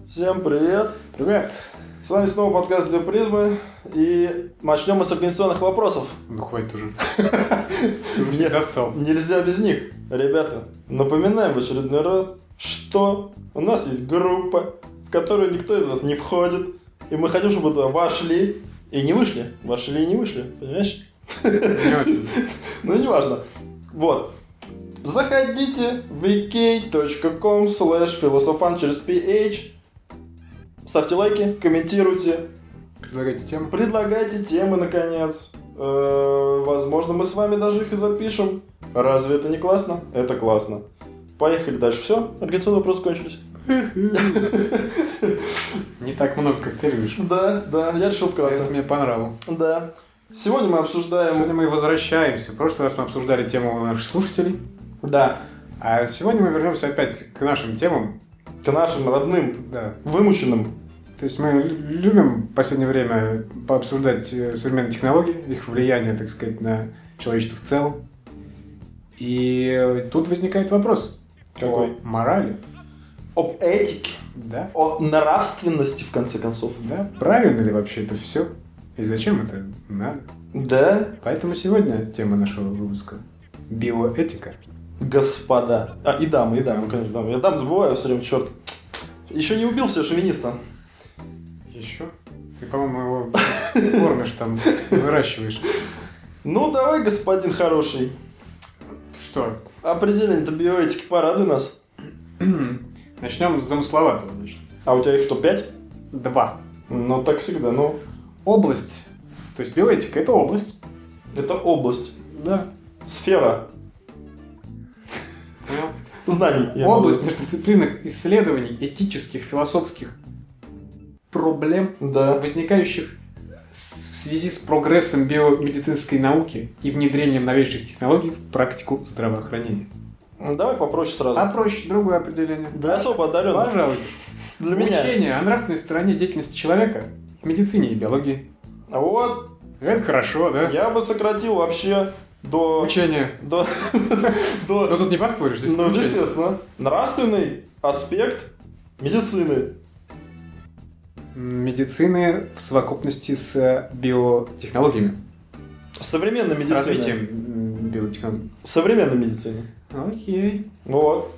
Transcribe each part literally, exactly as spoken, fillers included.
Всем привет! Привет! С вами снова подкаст для призмы. И начнем мы с организационных вопросов. Ну хватит уже. Ты уже всех достал. Нельзя без них. Ребята, напоминаем в очередной раз, что у нас есть группа, в которую никто из вас не входит. И мы хотим, чтобы туда вошли и не вышли. Вошли и не вышли, понимаешь? Не очень. Ну, неважно. Вот. Заходите в ви кей точка ком слэш философан через пи эйч. Ставьте лайки, комментируйте. Предлагайте тему. Предлагайте темы, наконец. Э-э, возможно, мы с вами даже их и запишем. Разве это не классно? Это классно. Поехали дальше. Все? Организационные вопросы кончились. Не так много, как ты любишь. Да, да, я решил вкратце. Это мне понравилось. Да. Сегодня мы обсуждаем... Сегодня мы возвращаемся. В прошлый раз мы обсуждали тему наших слушателей. Да. А сегодня мы вернемся опять к нашим темам. К нашим родным, Да. вымученным. То есть мы любим в последнее время пообсуждать современные технологии, их влияние, так сказать, на человечество в целом. И тут возникает вопрос. Какой? О морали. Об этике. Да. О нравственности, в конце концов. Да. Правильно ли вообще это все? И зачем это надо? Да. Поэтому сегодня тема нашего выпуска – биоэтика. Господа. А, и дамы, и дамы, конечно, дамы. Я дам забываю все время, черт. Еще не убил все шовиниста. Еще? Ты, по-моему, его кормишь там, выращиваешь. Ну, давай, господин хороший. Что? Определение-то биоэтики, порадуй нас. Начнем с замысловатого, значит. А у тебя их что, пять? Два. Ну, так всегда, ну. Область. То есть биоэтика – это область. Это область. Да. Сфера. Понял? Знаний. я Область могу. междисциплинарных исследований этических, философских проблем, Да. возникающих с- в связи с прогрессом биомедицинской науки и внедрением новейших технологий в практику здравоохранения. Ну, давай попроще сразу. А проще другое определение. Для особо одаренных. Пожалуйте. Для меня. Учение о нравственной стороне деятельности человека в медицине и биологии. А вот, Это хорошо, да? я бы сократил вообще до... Учение. До... Но до... тут не поспоришь, здесь Ну, учение. естественно. Нравственный аспект медицины. Медицины в совокупности с биотехнологиями. Современной С медицины. развитием м, биотехнологий. Современной медицины. Окей. Вот.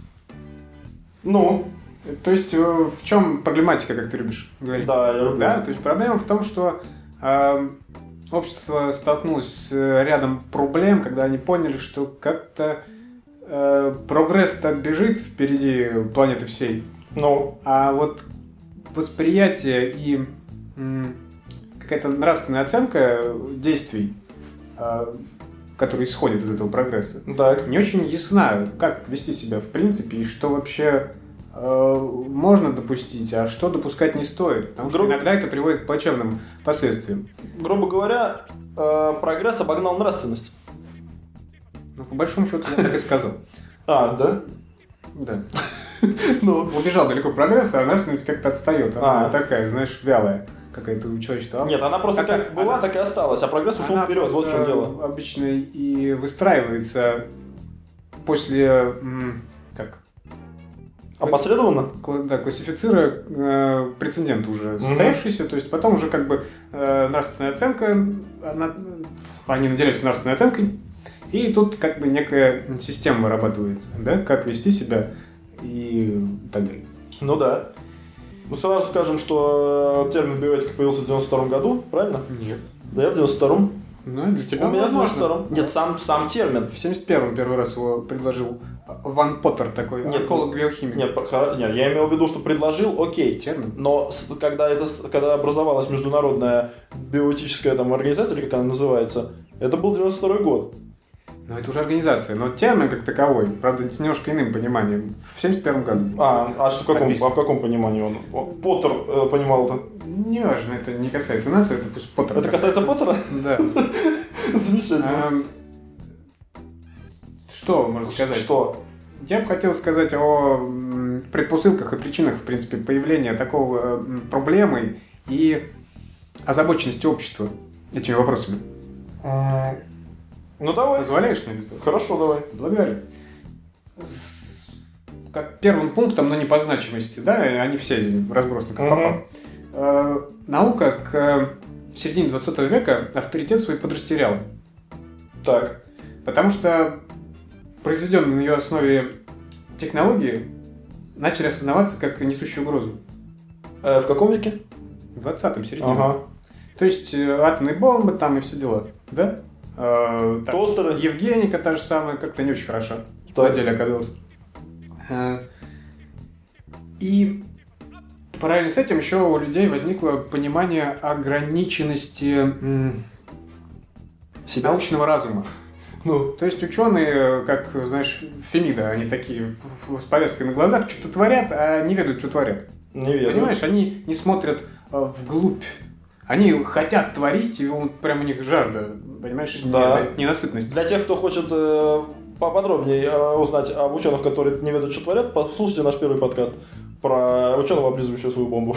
Ну, То есть э, в чем проблематика, как ты любишь говорить? да, я люблю. Да, то есть проблема в том, что э, общество столкнулось с э, рядом проблем, когда они поняли, что как-то э, прогресс-то бежит впереди планеты всей, Ну, а вот восприятие и м, какая-то нравственная оценка действий, э, которые исходят из этого прогресса, так. не очень ясна, как вести себя в принципе и что вообще э, можно допустить, а что допускать не стоит. Потому что Гру- иногда это приводит к плачевным последствиям. Грубо говоря, э, прогресс обогнал нравственность. Ну, по большому счету, я так и сказал. А, да? Да. Ну, Убежал далеко прогресс, а нравственность как-то отстает. Она А. такая, знаешь, вялая какая-то у человечества. нет, она просто Какая- как была, она- так и осталась, а прогресс ушел Она вперед, вот в чем просто дело. обычно и выстраивается после, м, как, Опосредованно? Кла- да, классифицируя э, прецеденты уже состоявшиеся, то есть потом уже как бы э, нравственная оценка, она, они наделяются нравственной оценкой, и тут как бы некая система вырабатывается, да, как вести себя и так далее. Ну да. Ну сразу скажем, что э, термин биоэтика появился в девяносто втором году, правильно? Нет. Да, я в девяносто втором. Ну, для тебя У меня в девяносто возможно. втором. Нет, сам, сам термин. В семьдесят первом первый раз его предложил Ван Поттер, такой Нет, онколог-биохимик. Нет, пока- нет, я имел в виду, что предложил, окей. Термин? Но с- когда, это, с- когда образовалась международная биоэтическая там, организация, или как она называется, это был девяносто второй год. Ну, это уже организация, но термин как таковой, правда, с немножко иным пониманием, в семьдесят первом году. А, а что, в, каком, Описан. а в каком понимании он? О, Поттер э, понимал это. Неважно, это не касается нас, это пусть Поттер. Это касается Поттера? Да. Замечательно. Эм, Что можно сказать? Что? Я бы хотел сказать о м, предпосылках и причинах, в принципе, появления такого м, проблемы и озабоченности общества этими вопросами. М, Ну давай. Позволяешь мне это сделать? Хорошо, давай. Благодарю. С- как первым пунктом, но не по значимости, да, они все разбросаны как попало. Uh-huh. Наука к середине двадцатого века авторитет свой подрастеряла. Так. Потому что произведенные на ее основе технологии начали осознаваться как несущие угрозу. А в каком веке? В двадцатом, середине. Ага. То есть атомные бомбы там и все дела, да? Uh, так, Тостеры. Евгеника та же самая, как-то не очень хороша на деле оказалась. Uh, и параллельно с этим еще у людей возникло понимание ограниченности м, научного разума. Ну. То есть ученые, как, знаешь, Фемида, они такие с повязкой на глазах что-то творят, а не ведают, что творят. Не ведаю. Понимаешь, они не смотрят э, вглубь. Они хотят творить, и вот прям у них жажда, понимаешь, да. не, ненасытность. Для тех, кто хочет э, поподробнее э, узнать об ученых, которые не ведают, что творят, послушайте наш первый подкаст про ученого, облизывающего свою бомбу.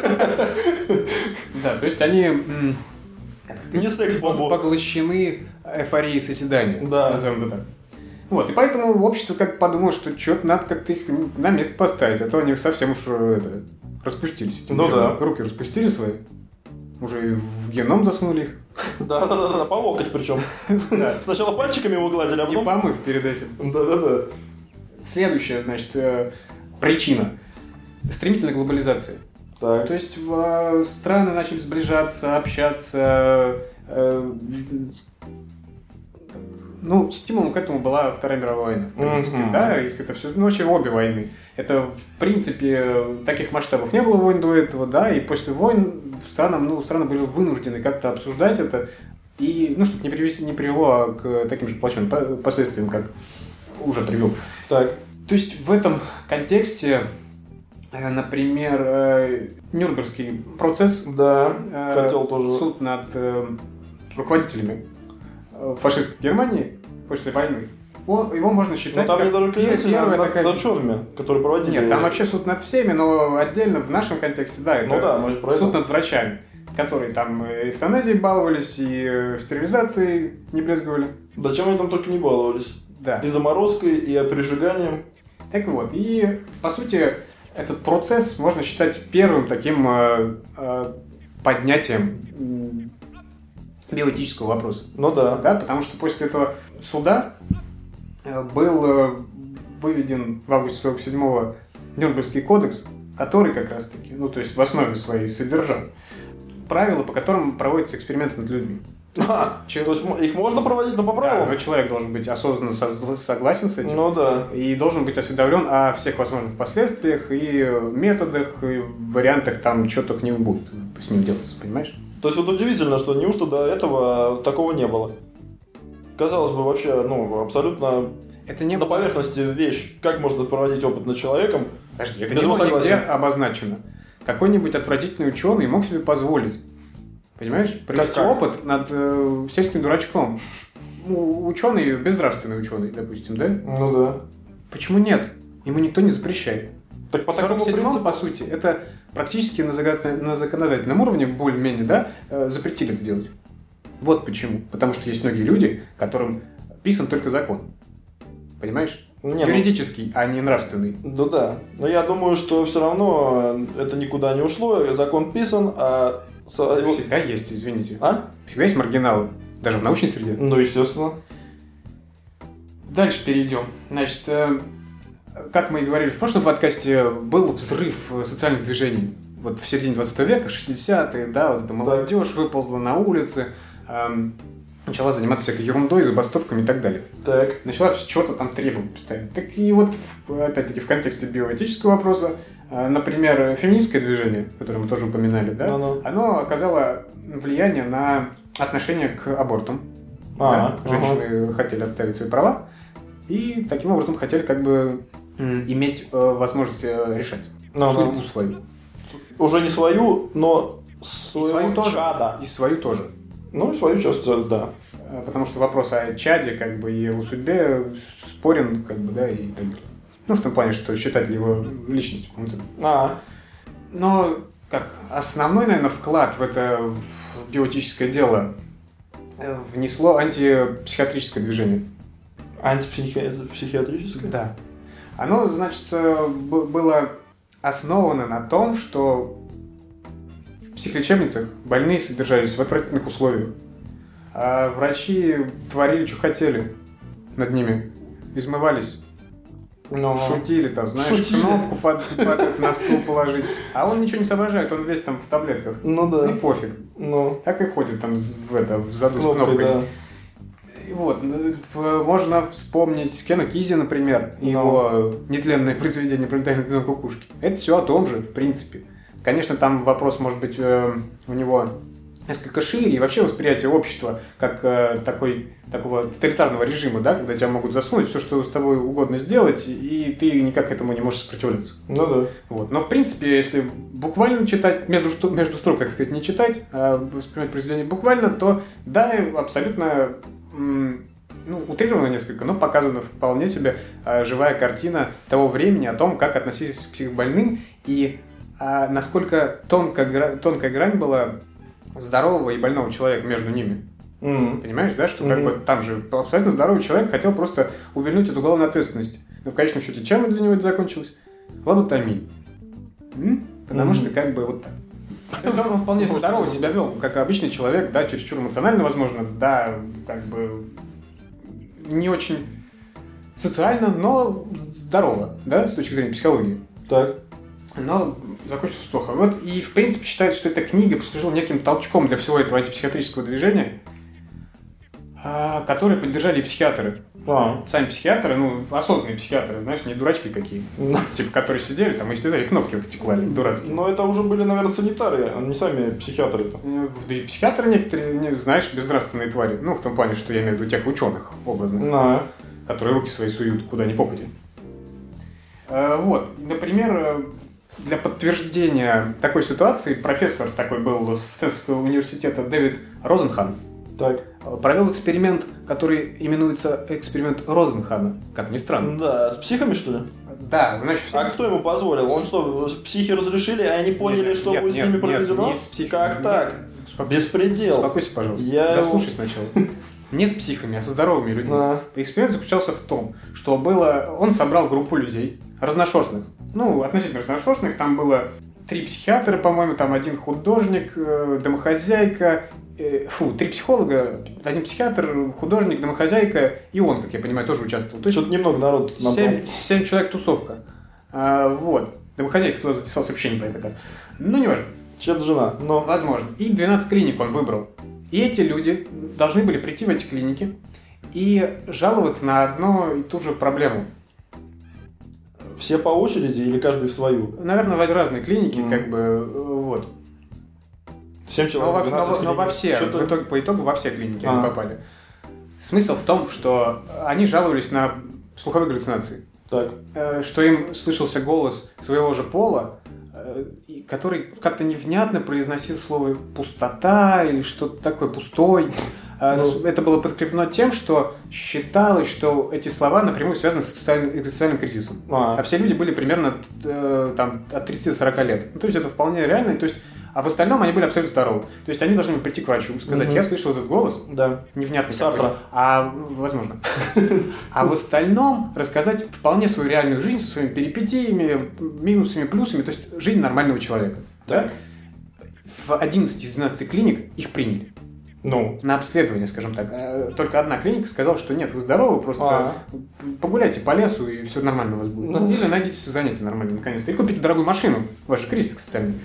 Да, то есть они не секс-бомбу. Поглощены эйфорией созидания, да. назовем это так. Вот, и поэтому общество как подумало, что что-то надо как-то их на место поставить, а то они совсем уж это, распустились. Ну да. Руки распустили свои, уже в геном засунули их. Да-да-да, по локоть причем. Сначала пальчиками его гладили, а потом... И помыв перед этим. Да-да-да. Следующая, значит, причина. Стремительная глобализация. Так. То есть в, страны начали сближаться, общаться. Э, ну, стимулом к этому была Вторая мировая война. В принципе, mm-hmm. да, их это все, ну, вообще обе войны. Это, в принципе, таких масштабов не было войн до этого, да, и после войн странам, ну, страны были вынуждены как-то обсуждать это, и, ну, чтобы не, привести, не привело к таким же плачевным последствиям, как уже привел. Так. То есть в этом контексте, например, Нюрнбергский процесс, да, хотел тоже. Суд над руководителями фашистской Германии после войны, его можно считать ну, там как не первая над, такая... над учеными, которые проводили... Нет, там вообще суд над всеми, но отдельно в нашем контексте, да, это ну, да, может, суд над врачами, которые там эвтаназией баловались и стерилизацией не брезговали. Да чем они там только не баловались. Да. И заморозкой, и прижиганием. Так вот, и по сути этот процесс можно считать первым таким э, э, поднятием биоэтического вопроса. Ну да. Да. Потому что после этого суда был выведен в августе сорок седьмого Нюрнбергский кодекс, который как раз таки, ну то есть в основе своей содержал правила, по которым проводятся эксперименты над людьми. А, Че... То есть их можно проводить, но по правилам? Да, но человек должен быть осознанно согласен с этим. Ну да. И должен быть осведомлен о всех возможных последствиях и методах, и вариантах там, что только не будет с ним делаться, понимаешь? То есть вот удивительно, что неужто до этого такого не было. Казалось бы, вообще, ну, абсолютно это не на было... поверхности вещь. Как можно проводить опыт над человеком? Подожди, это не было нигде обозначено. Какой-нибудь отвратительный ученый мог себе позволить, понимаешь, провести как, как? опыт над э, сельским дурачком. Ну, ученый, безнравственный ученый, допустим, да? Ну да. Почему нет? Ему никто не запрещает. Так по в сорок седьмом, принципу... по сути, это практически на, загад... на законодательном уровне, более-менее, да, э, запретили это делать. Вот почему. Потому что есть многие люди, которым писан только закон. Понимаешь? Не, юридический, ну... а не нравственный. Ну да. Но я думаю, что все равно это никуда не ушло. Закон писан, а... Всегда есть, извините. А? Всегда есть маргиналы. Даже в научной среде. Ну, естественно. Дальше перейдем. Значит, как мы и говорили в прошлом подкасте, был взрыв социальных движений. Вот в середине двадцатого века, шестидесятые, да, вот эта молодежь так. выползла на улицы, эм, начала заниматься всякой ерундой, забастовками и так далее. Так. Начала чего-то там требовать постоянно. Так и вот, опять-таки, в контексте биоэтического вопроса, э, например, феминистское движение, которое мы тоже упоминали, да, no, no. оно оказало влияние на отношение к абортам. А, да? Женщины ага. хотели отставить свои права и таким образом хотели как бы м, иметь э, возможность э, решать no, судьбу no. свою. Уже не свою, но свою, и свою тоже. чада. И свою тоже. Ну, и свою часть, да. Потому что вопрос о чаде, как бы, и о судьбе спорен, как бы, да, и так далее. Ну, в том плане, что считать ли его личностью. А. Но, как, основной, наверное, вклад в это в биоэтическое дело внесло антипсихиатрическое движение. Антипсихиатрическое? Да. Оно, значит, было основано на том, что в психлечебницах больные содержались в отвратительных условиях. А врачи творили, что хотели над ними. Измывались. Но... Шутили там, знаешь, Шутили. кнопку под, под, на стул положить. А он ничего не соображает, он весь там в таблетках. Ну да. И пофиг. Ну. Так и ходит там в, это, в заду С с кнопкой, кнопкой. да. И вот, можно вспомнить Кена Кизи, например, Но. его нетленное произведение «Пролетая над гнездом кукушки». Это все о том же, в принципе. Конечно, там вопрос, может быть, у него несколько шире, и вообще восприятие общества как такой, такого тоталитарного режима, да, когда тебя могут засунуть, все, что с тобой угодно сделать, и ты никак этому не можешь сопротивляться. Ну да. Вот. Но, в принципе, если буквально читать, между, между строк, так сказать, не читать, а воспринимать произведение буквально, то да, абсолютно... ну, утрировано несколько, но показана вполне себе а, живая картина того времени, о том, как относились к психбольным и а, насколько тонко, гра- тонкая грань была здорового и больного человека между ними. Mm-hmm. Понимаешь, да, что Mm-hmm. как бы там же абсолютно здоровый человек хотел просто увильнуть от уголовной ответственности. Но в конечном счете, чем для него это закончилось? Лоботомией. М? Потому Mm-hmm. что как бы вот так. То есть он вполне здорово себя вел, как обычный человек, да, чересчур эмоционально, возможно, да, как бы не очень социально, но здорово, да, с точки зрения психологии. Так. Но закончилось плохо. Вот, и, в принципе, считается, что эта книга послужила неким толчком для всего этого антипсихиатрического движения, которые поддержали и психиатры. А. Сами психиатры, ну, осознанные психиатры, знаешь, не дурачки какие. Типа, которые сидели там и истязали, кнопки вот эти клали, дурацкие. Но это уже были, наверное, санитары, а не сами психиатры-то. Да и психиатры некоторые, не, знаешь, безнравственные твари. Ну, в том плане, что я имею в виду тех ученых образных, Да. которые руки свои суют куда ни попади. Э, вот, например, для подтверждения такой ситуации профессор такой был с Стэнфордского университета Дэвид Розенхан Так. провел эксперимент, который именуется эксперимент Розенхана, как ни странно. Да, с психами, что ли? Да, значит, все... А кто ему позволил? Он что, психи разрешили, а они поняли, Нет, что нет, будет нет, с ними нет, проведено? не с психами. Как так? Успокойся. Беспредел. Успокойся, пожалуйста. Я Да его- слушай сначала. Не с психами, а со здоровыми людьми. Да. Эксперимент заключался в том, что было... Он собрал группу людей, разношерстных. Ну, относительно разношерстных. Там было три психиатра, по-моему, там один художник, э, домохозяйка... э, Фу, три психолога, один психиатр, художник, домохозяйка и он, как я понимаю, тоже участвовал. То есть Что-то немного народу набрал. семь, семь человек тусовка. А, вот. Домохозяйка туда затесался, вообще не понятно как. Ну, не важно. Чья-то жена. Но. Возможно. И двенадцать клиник он выбрал. И эти люди должны были прийти в эти клиники и жаловаться на одну и ту же проблему. Все по очереди или каждый в свою? Наверное, в разные клиники, Мгм. как бы, э, вот. Семь Но, человек, во, двенадцать но- но во клиник. все, Что-то- в итоге- по итогу во все клиники А. они попали. Смысл в том, что они жаловались на слуховые галлюцинации. Так. Э, Что им слышался голос своего же пола, э, и который как-то невнятно произносил слово «пустота» или что-то такое «пустой». Э, Ну. с- Это было подкреплено тем, что считалось, что эти слова напрямую связаны с социальным, экзистенциальным кризисом. А А. все люди были примерно э, там, от тридцати до сорока лет. Ну, то есть это вполне реально. И То есть, а в остальном они были абсолютно здоровы. То есть они должны были прийти к врачу, сказать: Мгм. я слышал этот голос, Да. невнятный Сартра. какой-то. А, возможно. А в остальном рассказать вполне свою реальную жизнь со своими перипетиями, минусами, плюсами, то есть жизнь нормального человека. Так. В одиннадцати из двенадцати клиник их приняли. Ну. На обследование, скажем так. Э, Только одна клиника сказала, что нет, вы здоровы, просто А. погуляйте по лесу, и все нормально у вас будет. Ну. Или найдите себе занятие нормально, наконец-то. И купите дорогую машину. Ваш же кризис социальный.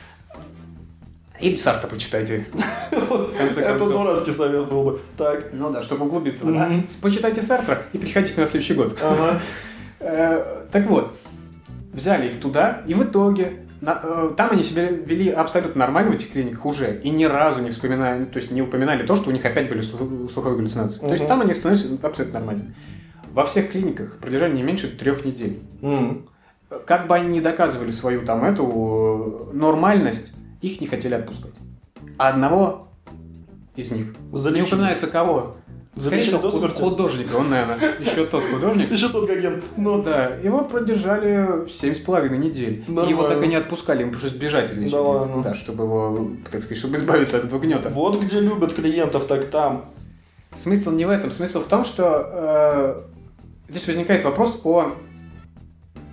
И Сартра почитайте. В конце Это концов. дурацкий совет был бы. Так. Ну да, чтобы углубиться. Мгм. Да. Почитайте Сартра и приходите на следующий год. Ага. Э, Так вот, взяли их туда, и в итоге на- э, там они себя вели абсолютно нормально в этих клиниках уже, и ни разу не вспоминали, то есть не упоминали то, что у них опять были слух- слуховые галлюцинации. То есть Мгм. там они становились абсолютно нормальными. Во всех клиниках продержали не меньше трех недель. М. Как бы они ни доказывали свою там эту э, нормальность, их не хотели отпускать. А одного из них, не Залечили. упоминается кого, скорее Залечили всего, до худ- смерти. художника, он, наверное, еще тот художник. Еще тот Гоген. Ну Ну. да, его продержали семь с половиной недель. И Нормально. его так и не отпускали, ему пришлось бежать из лечебницы. Да ладно. Да, чтобы его, так сказать, чтобы избавиться от этого гнета. Вот где любят клиентов, так там. Смысл не в этом. Смысл в том, что э, здесь возникает вопрос о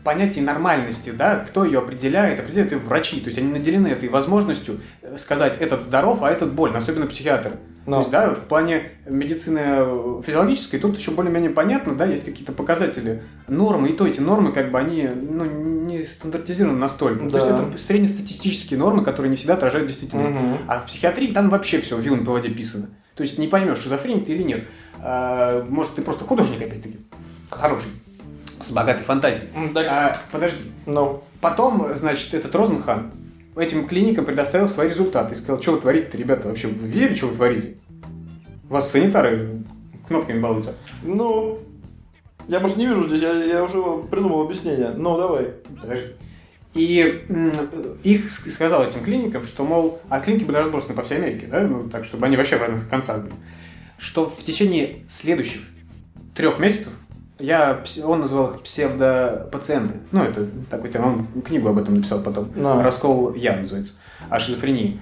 понятие нормальности, да, кто ее определяет, определяют ее врачи, то есть они наделены этой возможностью сказать, этот здоров, а этот болен, особенно психиатры. No. То есть, да, в плане медицины физиологической тут еще более-менее понятно, да, есть какие-то показатели, нормы, и то эти нормы, как бы, они, ну, не стандартизированы настолько. Да. То есть это среднестатистические нормы, которые не всегда отражают действительность. Uh-huh. А в психиатрии там вообще все вилами по воде писано. То есть не поймешь, шизофреник ты или нет. А, может, ты просто художник, опять-таки, хороший, с богатой фантазией. Так... А, подожди. No. Потом, значит, этот Розенхан этим клиникам предоставил свои результаты и сказал, что вы творите-то, ребята, вообще вы верите, что вы творите? Вас санитары кнопками балуются. Ну, я просто не вижу здесь, я, я уже придумал объяснение. Ну, давай. Подожди. И м- их сказал этим клиникам, что, мол, а клиники были разбросаны по всей Америке, да, ну, так, чтобы они вообще в разных концах были, что в течение следующих трех месяцев Я, он называл их псевдопациенты. Ну, это такой термин, он книгу об этом написал потом. No. «Раскол я» называется. О шизофрении.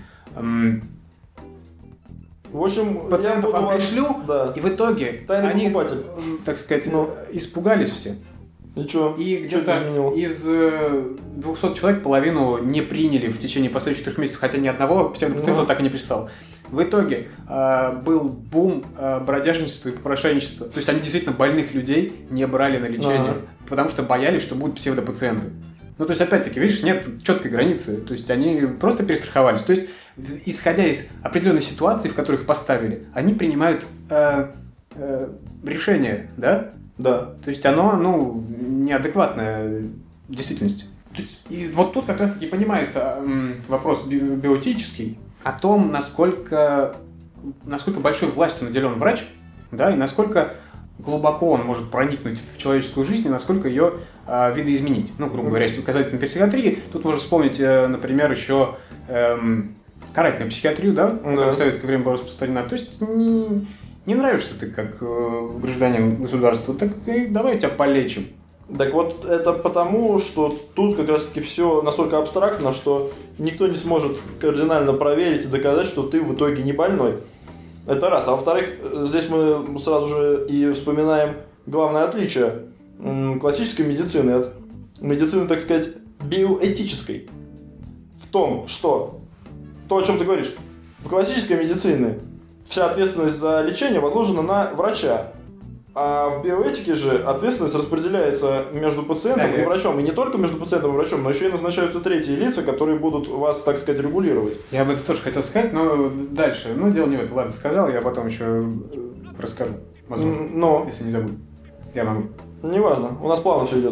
В общем, пациентов я вам пришлю, да. И в итоге Тайный они, покупатель. так сказать, no. испугались все. И что? И где-то из двухсот человек половину не приняли в течение последующих трех месяцев, хотя ни одного псевдопациента no. так и не прислал. В итоге э, был бум э, бродяжничества и попрошайничества. То есть они действительно больных людей не брали на лечение, ага. потому что боялись, что будут псевдопациенты. Ну, то есть, опять-таки, видишь, нет четкой границы. То есть они просто перестраховались. То есть, исходя из определенной ситуации, в которых поставили, они принимают э, э, решение, да? Да. То есть оно, ну, неадекватное действительности. И вот тут как раз-таки понимается э, вопрос би- биотический, о том, насколько, насколько большой властью наделен врач, да, и насколько глубоко он может проникнуть в человеческую жизнь, и насколько ее э, видоизменить. Ну, грубо говоря, если указать на психиатрии, тут можно вспомнить, э, например, еще эм, карательную психиатрию, да, которая да. в советское время была распространена. То есть не, не нравишься ты как э, гражданин государства, так и давай тебя полечим. Так вот, это потому, что тут как раз-таки все настолько абстрактно, что никто не сможет кардинально проверить и доказать, что ты в итоге не больной. Это раз. А во-вторых, здесь мы сразу же и вспоминаем главное отличие классической медицины от медицины, так сказать, биоэтической. В том, что то, о чем ты говоришь, в классической медицине вся ответственность за лечение возложена на врача. А в биоэтике же ответственность распределяется между пациентом да, и врачом. И не только между пациентом и врачом, но еще и назначаются третьи лица, которые будут вас, так сказать, регулировать. Я об этом тоже хотел сказать, но дальше. Ну, дело не в этом. Ладно, сказал, я потом еще расскажу. Возможно, но... если не забуду. Я могу. Неважно, у нас плавно все идет.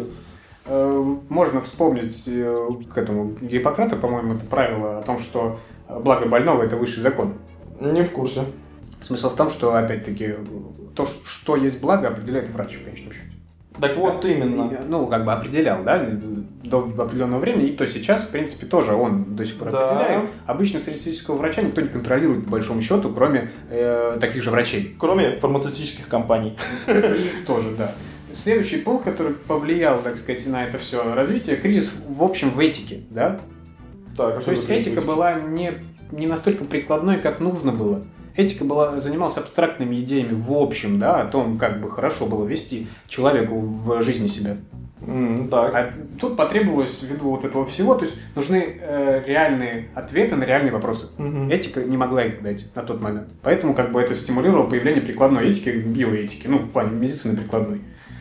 Можно вспомнить к этому Гиппократа, по-моему, это правило о том, что благо больного – это высший закон. Не в курсе. Смысл в том, что, опять-таки, то, что есть благо, определяет врач, в конечном счете. Так вот да, именно. И, ну, как бы определял, да, до определенного времени, и то сейчас, в принципе, тоже он до сих пор да. определяет. Обычно среднестатистического врача никто не контролирует, по большому счету, кроме э, таких же врачей. Кроме фармацевтических компаний. И тоже, да. Следующий пункт, который повлиял, так сказать, на это все развитие, кризис, в общем, в этике, да? Так, а то есть этика быть? была не, не настолько прикладной, как нужно было. Этика была, занималась абстрактными идеями в общем, да, о том, как бы хорошо было вести человеку в жизни себя. Mm, так. А тут потребовалось, ввиду вот этого всего, то есть нужны э, реальные ответы на реальные вопросы. Mm-hmm. Этика не могла их дать на тот момент. Поэтому как бы это стимулировало появление прикладной этики, биоэтики, ну, в плане медицины прикладной.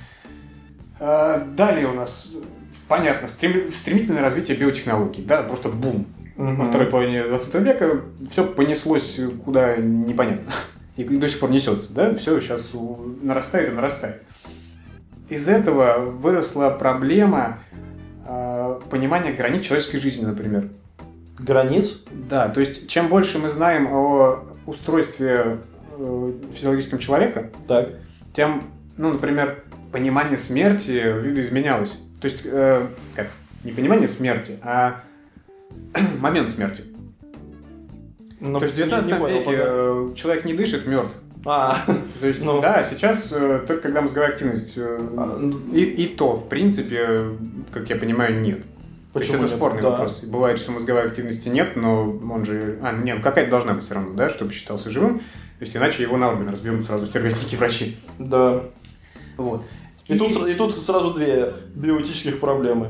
А, далее у нас, понятно, стрем, стремительное развитие биотехнологий, да, просто бум. Uh-huh. Во второй половине двадцатого века все понеслось куда непонятно. И до сих пор несется, да? Все сейчас нарастает и нарастает. Из этого выросла проблема э, понимания границ человеческой жизни, например. Границ? Да, то есть чем больше мы знаем о устройстве э, физиологическом человека, так. тем, ну, например, понимание смерти видоизменялось. То есть, э, как, не понимание смерти, а момент смерти. Но то есть в девятнадцатом веке понял, человек не дышит, мертв. А, то есть, ну, да, сейчас только когда мозговая активность, а, и, и то, в принципе, как я понимаю, нет. Почему то есть это нет? Спорный да. вопрос. Бывает, что мозговой активности нет, но он же... А, нет, какая-то должна быть все равно, да, чтобы считался живым. То есть иначе его на органы разберут сразу в терапевтики врачи. Да. Вот. И, и... Тут, и тут сразу две биоэтических проблемы.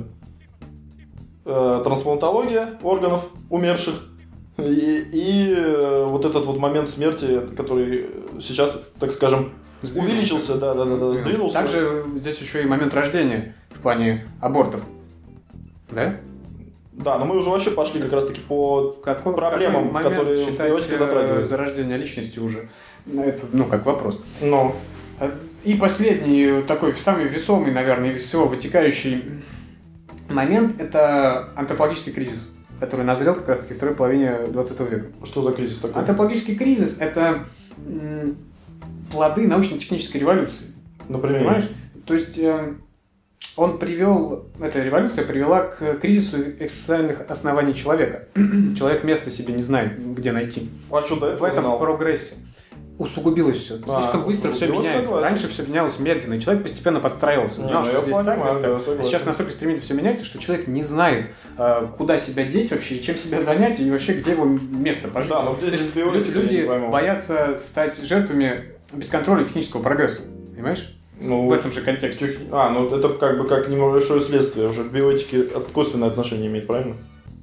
Э, трансплантология органов умерших и, и э, вот этот вот момент смерти, который сейчас, так скажем, сдвинулся. увеличился, да, да, да, да, сдвинулся. Также здесь еще и момент рождения в плане абортов. Да? Да, но мы уже вообще пошли как раз таки по какой, проблемам, какой которые биотика затрагивает. Зарождение личности уже. Это, ну, как вопрос. Но. И последний такой самый весомый, наверное, из всего вытекающий момент – это антропологический кризис, который назрел как раз таки в второй половине двадцатого века. Что за кризис такой? Антропологический кризис – это м, плоды научно-технической революции. Например? Понимаешь? То есть э, он привел, эта революция привела к кризису экзистенциальных оснований человека. Человек места себе не знает, где найти. А что до этого в этом знал? прогрессе усугубилось все. А, Слишком быстро все меняется. Согласен. Раньше все менялось медленно, и человек постепенно подстраивался. Не, Знал, ну что здесь понимаю, так, да, здесь так. А сейчас настолько стремительно все меняется, что человек не знает, куда себя деть вообще, и чем себя занять, и вообще где его место пожить. Да, но здесь люди люди боятся стать жертвами бесконтрольного технического прогресса. Понимаешь? Ну, в этом же контексте. А, ну это как бы как небольшое следствие. Уже к биотике косвенное отношение имеет, правильно?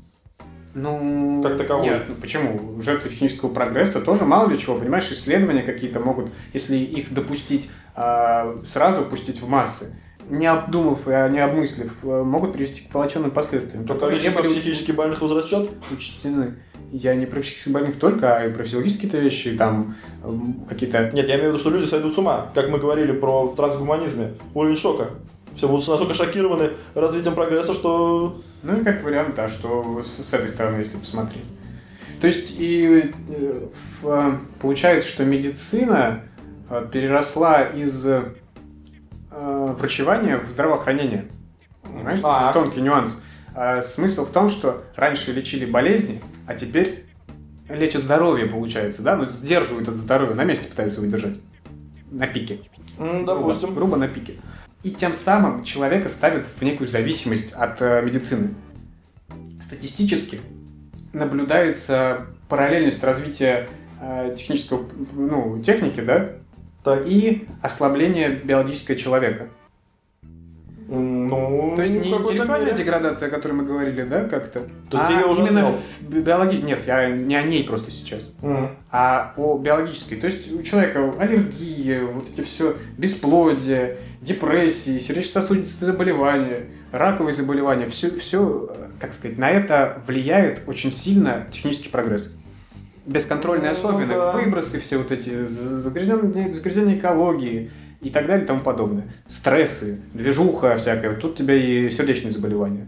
Ну, как таковой. Нет, ну почему? Жертвы технического прогресса тоже мало ли чего, понимаешь, исследования какие-то могут, если их допустить, э, сразу пустить в массы, не обдумав и не обмыслив, э, могут привести к волоченным последствиям. То количество психически больных возрастет? Учтены. Я не про психических больных только, а и про физиологические вещи, там э, какие-то... Нет, я имею в виду, что люди сойдут с ума. Как мы говорили про в трансгуманизме. Уровень шока. Все будут настолько шокированы развитием прогресса, что... Ну и как вариант, да, что с, с этой стороны, если посмотреть. То есть и э, в, получается, что медицина э, переросла из э, врачевания в здравоохранение. Понимаешь? А-а-а. Тонкий нюанс. А смысл в том, что раньше лечили болезни, а теперь лечат здоровье, получается, да? Ну, сдерживают это здоровье, на месте пытаются выдержать. На пике. Mm, допустим. Грубо, грубо на пике. И тем самым человека ставят в некую зависимость от э, медицины. Статистически наблюдается параллельность развития э, технического, ну, техники, да, так. и ослабление биологического человека. Ну, то есть не интеллектуальная деградация, о которой мы говорили, да, как-то, то есть а ты ее уже именно биологически. Нет, я не о ней просто сейчас, mm. а о биологической. То есть у человека аллергия, вот эти все бесплодие, депрессии, сердечно-сосудистые заболевания, раковые заболевания, все, все, так сказать, на это влияет очень сильно технический прогресс. Бесконтрольные, ну, особенно, да. Выбросы, все вот эти загрязнения, загрязнения экологии и так далее и тому подобное. Стрессы, движуха всякая. Тут у тебя и сердечные заболевания.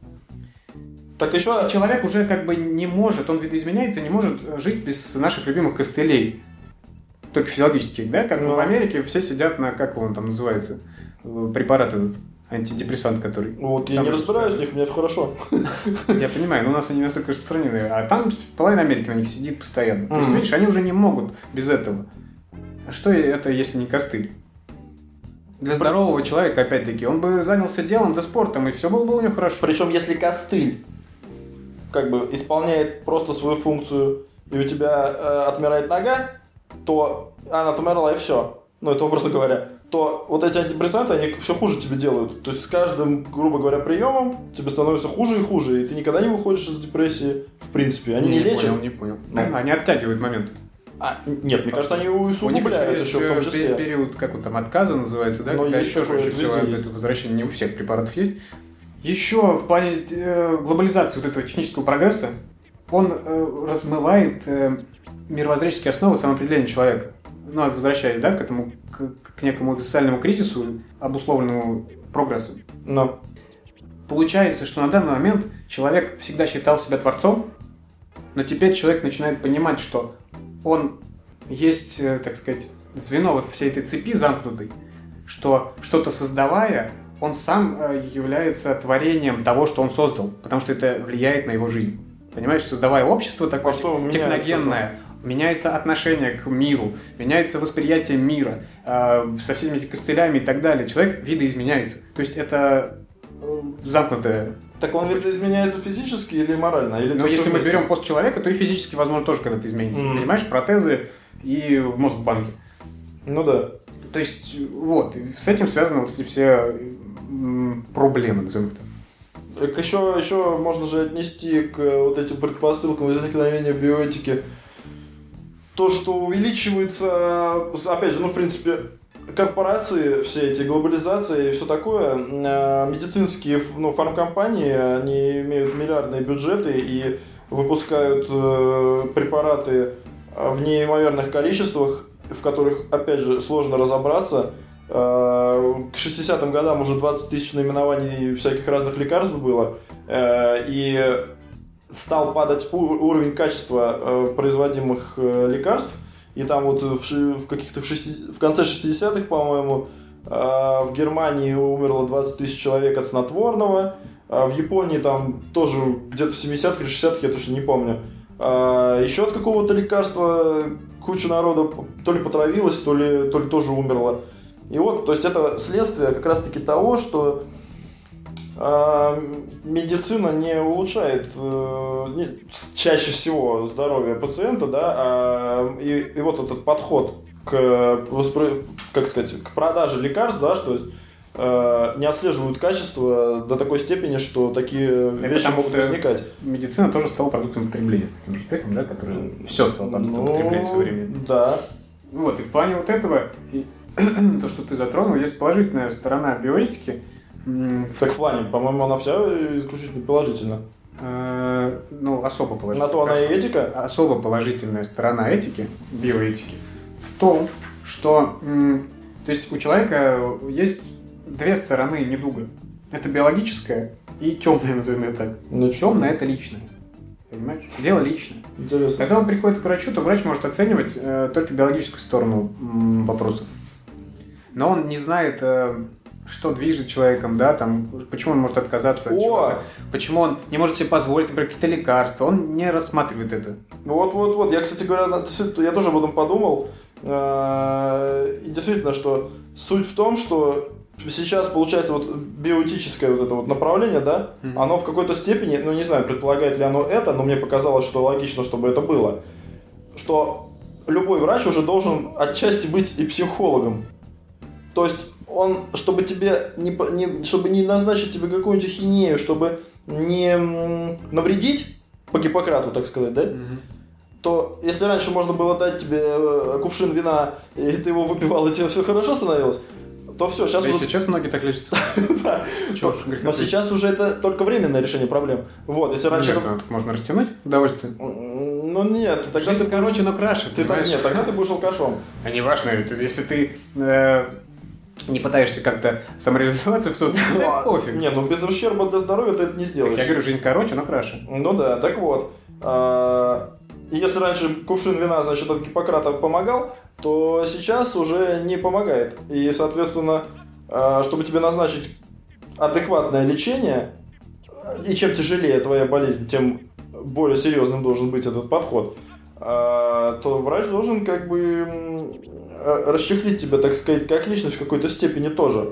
Так еще... И человек уже как бы не может, он видоизменяется, не может жить без наших любимых костылей. Только физиологических, да? Как ну. в Америке все сидят на, как он там называется, препарат этот, антидепрессант, который... Вот, я не разбираюсь в них, мне хорошо. Я понимаю, но у нас они настолько распространены. А там половина Америки на них сидит постоянно. То есть, видишь, они уже не могут без этого. А что это, если не костыль? Для здорового человека, опять-таки, он бы занялся делом, да спортом, и все было бы у него хорошо. Причем, если костыль как бы исполняет просто свою функцию, и у тебя э, отмирает нога, то она отмерла, и все. Ну, это образно говоря. То вот эти антидепрессанты, они все хуже тебе делают. То есть с каждым, грубо говоря, приемом тебе становится хуже и хуже, и ты никогда не выходишь из депрессии, в принципе. Они не, не лечат. Не понял, не понял. Ну, они оттягивают момент. А, нет, мне кажется, они усугубляют еще в том числе. Период, как он там, отказа называется, да? Но когда еще жестче всего это возвращение, не у всех препаратов есть. Еще в плане э, глобализации вот этого технического прогресса он э, размывает э, мировоззренческие основы самоопределения человека. Ну, возвращаясь, да, к этому, к, к некому социальному кризису, обусловленному прогрессом. Но получается, что на данный момент человек всегда считал себя творцом, но теперь человек начинает понимать, что он есть, так сказать, звено вот всей этой цепи замкнутой, что что-то создавая, он сам является творением того, что он создал, потому что это влияет на его жизнь. Понимаешь, создавая общество такое а техногенное, меняется отношение к миру, меняется восприятие мира, э, со всеми этими костылями и так далее. Человек видоизменяется. То есть это э, замкнутое. Так он видоизменяется физически или морально? Или Но если мы берем постчеловека, то и физически, возможно, тоже когда-то изменится. Mm. Понимаешь, протезы и мозг в банке. Ну да. То есть, вот, с этим связаны вот эти все проблемы, назовем их так. Так еще, еще можно же отнести к вот этим предпосылкам возникновения биоэтики то, что увеличивается, опять же, ну, в принципе, корпорации, все эти глобализации и все такое, медицинские, ну, фармкомпании, они имеют миллиардные бюджеты и выпускают э, препараты в неимоверных количествах, в которых, опять же, сложно разобраться. Э, к шестидесятым годам уже двадцать тысяч наименований всяких разных лекарств было, э, и стал падать уровень качества э, производимых э, лекарств. И там вот в, в каких-то в, шести, в конце шестидесятых, по-моему, э, в Германии умерло двадцать тысяч человек от снотворного. В Японии там тоже где-то в семидесятых или шестидесятых, я точно не помню. Еще от какого-то лекарства куча народа то ли потравилась, то ли, то ли тоже умерла. И вот, то есть это следствие как раз-таки того, что э, медицина не улучшает э, не, чаще всего здоровье пациента, да, а, и, и вот этот подход к, воспро... как сказать, к продаже лекарств, да, что не отслеживают качество до такой степени, что такие это вещи могут возникать. Медицина тоже стала продуктом потребления, таким успехом, да, который все стало продуктом ну, потребления со временем. Да. Вот, и в плане вот этого, и то, что ты затронул, есть положительная сторона биоэтики. Так в плане, по-моему, она вся исключительно положительна. Э, ну, особо положительная. На то она и этика? Особо положительная сторона этики, биоэтики, в том, что то есть у человека есть две стороны недуга. Это биологическое и темное, назовем ее так. Ну, темное – это личное. Понимаешь? Дело личное. Интересно. Когда он приходит к врачу, то врач может оценивать э, только биологическую сторону м, вопросов. Но он не знает, э, что движет человеком, да, там, почему он может отказаться от чего-то, почему он не может себе позволить, например, какие-то лекарства. Он не рассматривает это. Вот-вот-вот. Я, кстати говоря, я тоже об этом подумал. И действительно, что суть в том, что сейчас, получается, вот биоэтическое вот это вот направление, да, mm-hmm. оно в какой-то степени, ну не знаю, предполагает ли оно это, но мне показалось, что логично, чтобы это было, что любой врач уже должен отчасти быть и психологом. То есть он, чтобы тебе не, не чтобы не назначить тебе какую-нибудь ахинею, чтобы не навредить по Гиппократу, так сказать, да, mm-hmm. то если раньше можно было дать тебе кувшин вина, и ты его выпивал, и тебе все хорошо становилось, то все, сейчас... Да уже... и сейчас многие так лечатся. Да. Но сейчас уже это только временное решение проблем. Вот, если раньше... Нет, это можно растянуть удовольствие. Ну нет, тогда ты короче, но краше, ты Нет, тогда ты будешь алкашом. А не важно, если ты не пытаешься как-то самореализоваться в собственном, да пофиг. Не, ну без ущерба для здоровья ты это не сделаешь. Я говорю, жизнь короче, но краше. Ну да, так вот. И если раньше кувшин вина, значит, от Гиппократа помогал, то сейчас уже не помогает. И, соответственно, чтобы тебе назначить адекватное лечение, и чем тяжелее твоя болезнь, тем более серьезным должен быть этот подход, то врач должен как бы расчехлить тебя, так сказать, как личность в какой-то степени тоже.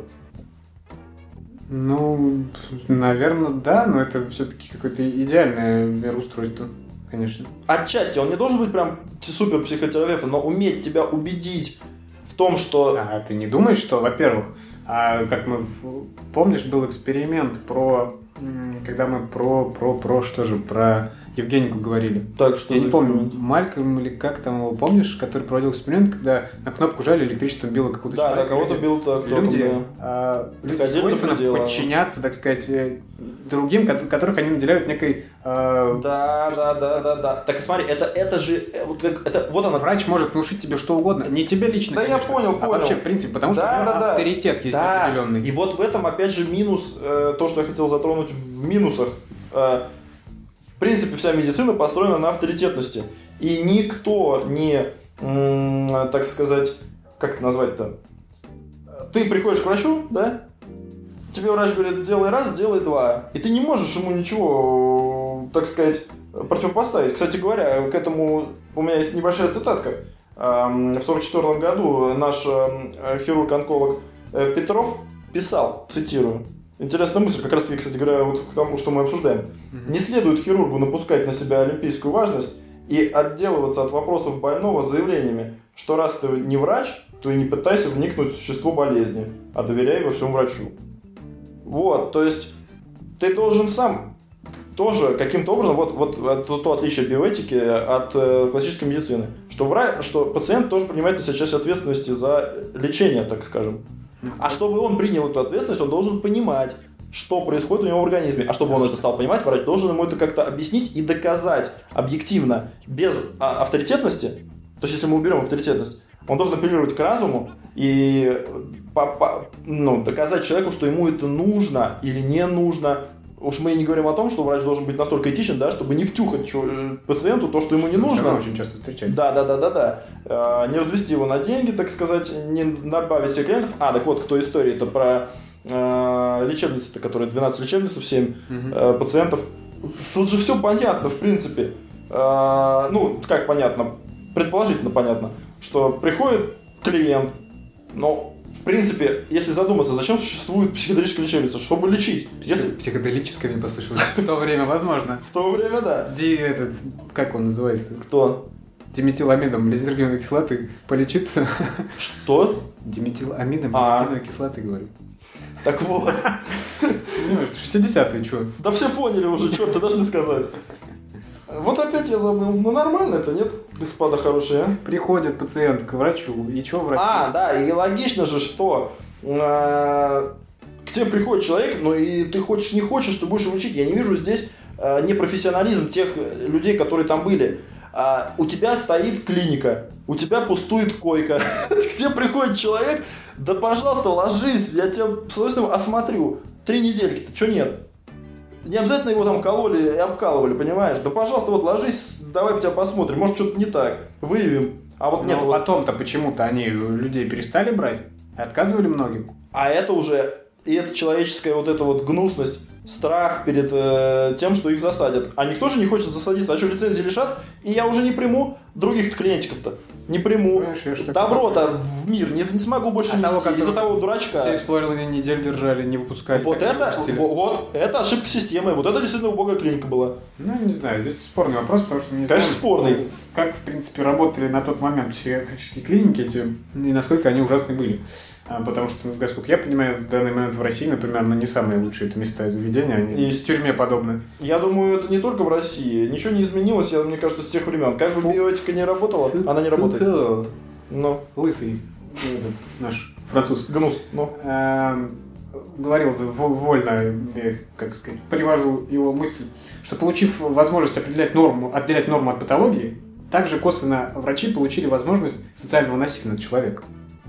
Ну, наверное, да, но это все-таки какое-то идеальное мироустройство. Конечно. Отчасти он не должен быть прям супер психотерапевтом, но уметь тебя убедить в том, что... А ты не думаешь, что, во-первых, а, как мы... Помнишь, был эксперимент про... Когда мы про... про... про что же? Про Евгенику говорили. Так, что Я не помню, Малькольм или как там его, помнишь, который проводил эксперимент, когда на кнопку жали, электричеством било какого-то да, человека. Да, кого-то бил так. Люди, да. а, люди свойственно подчиняться, так сказать, другим, которых они наделяют некой... А... Да, да, да, да, да. Так смотри, это, это же... Вот, как, это, вот она. Врач может внушить тебе что угодно. Не тебе лично, да, конечно, я понял, а понял. вообще, в принципе, потому да, что да, да. авторитет есть да. определенный. И вот в этом, опять же, минус, э, то, что я хотел затронуть в минусах. Э, в принципе, вся медицина построена на авторитетности. И никто не, м, так сказать, как это назвать-то? Ты приходишь к врачу, да? Тебе врач говорит, делай раз, делай два. И ты не можешь ему ничего, так сказать, противопоставить. Кстати говоря, к этому у меня есть небольшая цитатка. В сорок четвёртом году наш хирург-онколог Петров писал, цитирую, интересная мысль, как раз таки, кстати говоря, вот к тому, что мы обсуждаем. Mm-hmm. Не следует хирургу напускать на себя олимпийскую важность и отделываться от вопросов больного заявлениями, что раз ты не врач, то и не пытайся вникнуть в существо болезни, а доверяй во всем врачу. Вот, то есть ты должен сам тоже каким-то образом, вот, вот это то отличие биоэтики от э, классической медицины, что, врач, что пациент тоже принимает на себя часть ответственности за лечение, так скажем. А чтобы он принял эту ответственность, он должен понимать, что происходит у него в организме. А чтобы он это стал понимать, врач должен ему это как-то объяснить и доказать объективно, без а, авторитетности. То есть, если мы уберем авторитетность, он должен апеллировать к разуму и по, по, ну, доказать человеку, что ему это нужно или не нужно. Уж мы и не говорим о том, что врач должен быть настолько этичен, да, чтобы не втюхать пациенту то, что ему не нужно. Это очень часто встречается. Да, да, да, да, да. А, не развести его на деньги, так сказать, не добавить себе клиентов. А, так вот, кто история-то про а, лечебницы-то, которые двенадцать лечебниц, семь угу. а, пациентов. Тут же все понятно, в принципе. А, ну, как понятно, предположительно понятно, что приходит клиент, но в принципе, если задуматься, зачем существует психоделическая лечебница? Чтобы лечить. Если... Психоделическая мне послышалось. В то время, возможно. В то время, да. Ди, этот, как он называется? Кто? Диметиламидом лизергиновой кислоты полечиться. Что? Диметиламидом лизергиновой кислоты, говорю. Так вот. Понимаешь, шестидесятые, что? Да все поняли уже, черт, ты должны сказать. Вот опять я забыл. Ну нормально это, нет, господа хорошие, а? Приходит пациент к врачу, и что врач? А, да, и логично же, что э, к тебе приходит человек, ну и ты хочешь не хочешь, ты будешь его лечить. Я не вижу здесь э, непрофессионализм тех людей, которые там были. А, у тебя стоит клиника, у тебя пустует койка, к тебе приходит человек, да пожалуйста, ложись, я тебя с удовольствием осмотрю. Три недельки-то, что нет? Не обязательно его там кололи и обкалывали, понимаешь? Да, пожалуйста, вот ложись, давай тебя посмотрим. Может, что-то не так. Выявим. А вот нет. Но вот... потом-то почему-то они людей перестали брать и отказывали многим. А это уже, и это человеческая вот эта вот гнусность, страх перед э, тем, что их засадят. А никто же не хочет засадиться. А что, лицензии лишат? И я уже не приму других клиентиков-то. Не приму. Добро-то в мир не, не смогу больше нести из-за того дурачка. Семь с половиной недель держали, не выпускали. Вот это, вот, вот, это ошибка системы. Вот это действительно убогая клиника была. Ну, не знаю, здесь спорный вопрос, потому что не Конечно, знаю, спорный. Как, в принципе, работали на тот момент психиатрические клиники эти, и насколько они ужасны были. А, потому что, насколько я понимаю, в данный момент в России, например, ну, не самые лучшие это места заведения, они в тюрьме подобны. Я думаю, это не только в России. Ничего не изменилось, я, мне кажется, с тех времен. Как бы биоэтика не работала, Фу, она не работает. Фу, Но. Лысый наш француз. Гнус, ну. А, говорил вольно, я, как сказать, привожу его мысль, что получив возможность определять норму, отделять норму от патологии, также косвенно врачи получили возможность социального насилия над человеком.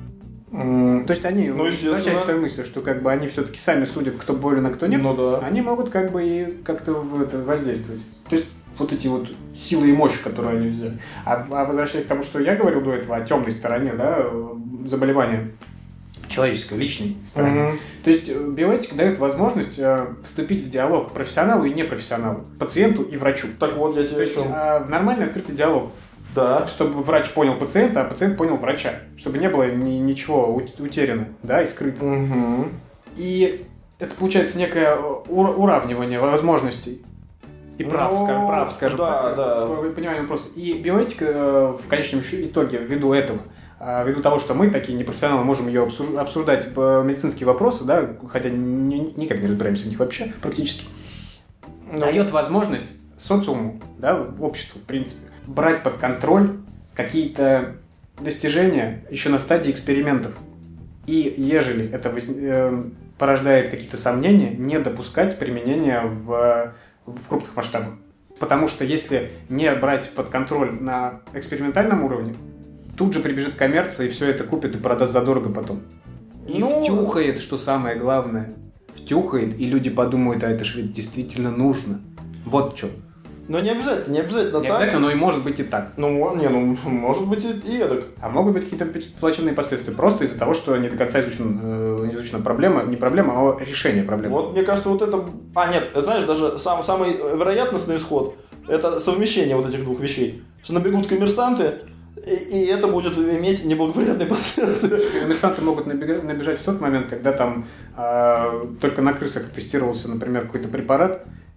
Mm. То есть они ну, возвращают к той мысли, что как бы они все-таки сами судят, кто болен, а кто нет. Ну, да. Они могут как бы и как-то в это воздействовать. То есть вот эти вот силы и мощь, которые они взяли. А, а возвращаясь к тому, что я говорил до этого о темной стороне, да, заболевания человеческой, личной стороны. Mm-hmm. То есть биоэтика дает возможность э, вступить в диалог профессионалу и непрофессионалу, пациенту и врачу. Так вот, я тебе То есть э, в нормальный открытый диалог. Да. Чтобы врач понял пациента, а пациент понял врача. Чтобы не было ни, ничего утеряно, да, и скрыто. Угу. И это получается некое уравнивание возможностей. И прав, ну, скажем, прав, скажем да, так. Да. Понимание вопроса. И биоэтика в конечном итоге, ввиду этого, ввиду того, что мы, такие непрофессионалы, можем ее обсуждать по медицинские вопросы, да, хотя ни, никак не разбираемся в них вообще практически, ну, дает возможность социуму, да, обществу, в принципе, брать под контроль какие-то достижения еще на стадии экспериментов. И ежели это воз... э, порождает какие-то сомнения, не допускать применения в, в крупных масштабах. Потому что если не брать под контроль на экспериментальном уровне, тут же прибежит коммерция и все это купит и продаст задорого потом. И ну... втюхает, что самое главное. Втюхает, и люди подумают, а это же ведь действительно нужно. Вот что. Но не обязательно, не обязательно не так. обязательно, но и может быть и так. Ну, не, ну, может быть и, и эдак. А могут быть какие-то плачевные последствия просто из-за того, что не до конца изучен, э, изучена проблема, не проблема, а решение проблемы. Вот, мне кажется, вот это... А, нет, знаешь, даже сам, самый вероятностный исход – это совмещение вот этих двух вещей. Что набегут коммерсанты, и, и это будет иметь неблагоприятные последствия. Коммерсанты могут набегать, набежать в тот момент, когда там э, только на крысах тестировался, например, какой-то препарат,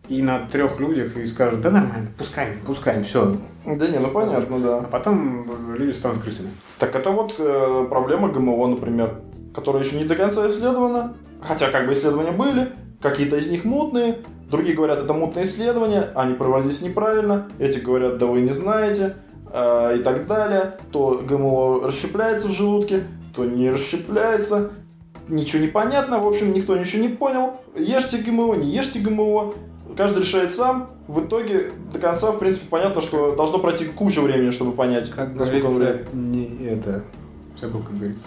и на трех людях и скажут, да нормально, пускай, пускай, все. Да не, ну понятно, да. А потом люди станут крысами. Так это вот э, проблема ГМО, например, которая еще не до конца исследована. Хотя как бы исследования были, какие-то из них мутные, другие говорят, это мутные исследования, они проводились неправильно, эти говорят, да вы не знаете, э, и так далее. То ГМО расщепляется в желудке, то не расщепляется. Ничего не понятно, в общем, никто ничего не понял. Ешьте ГМО, не ешьте ГМО. Каждый решает сам. В итоге до конца, в принципе, понятно, что должно пройти куча времени, чтобы понять, как насколько говорится, не это... Забыл, как говорится.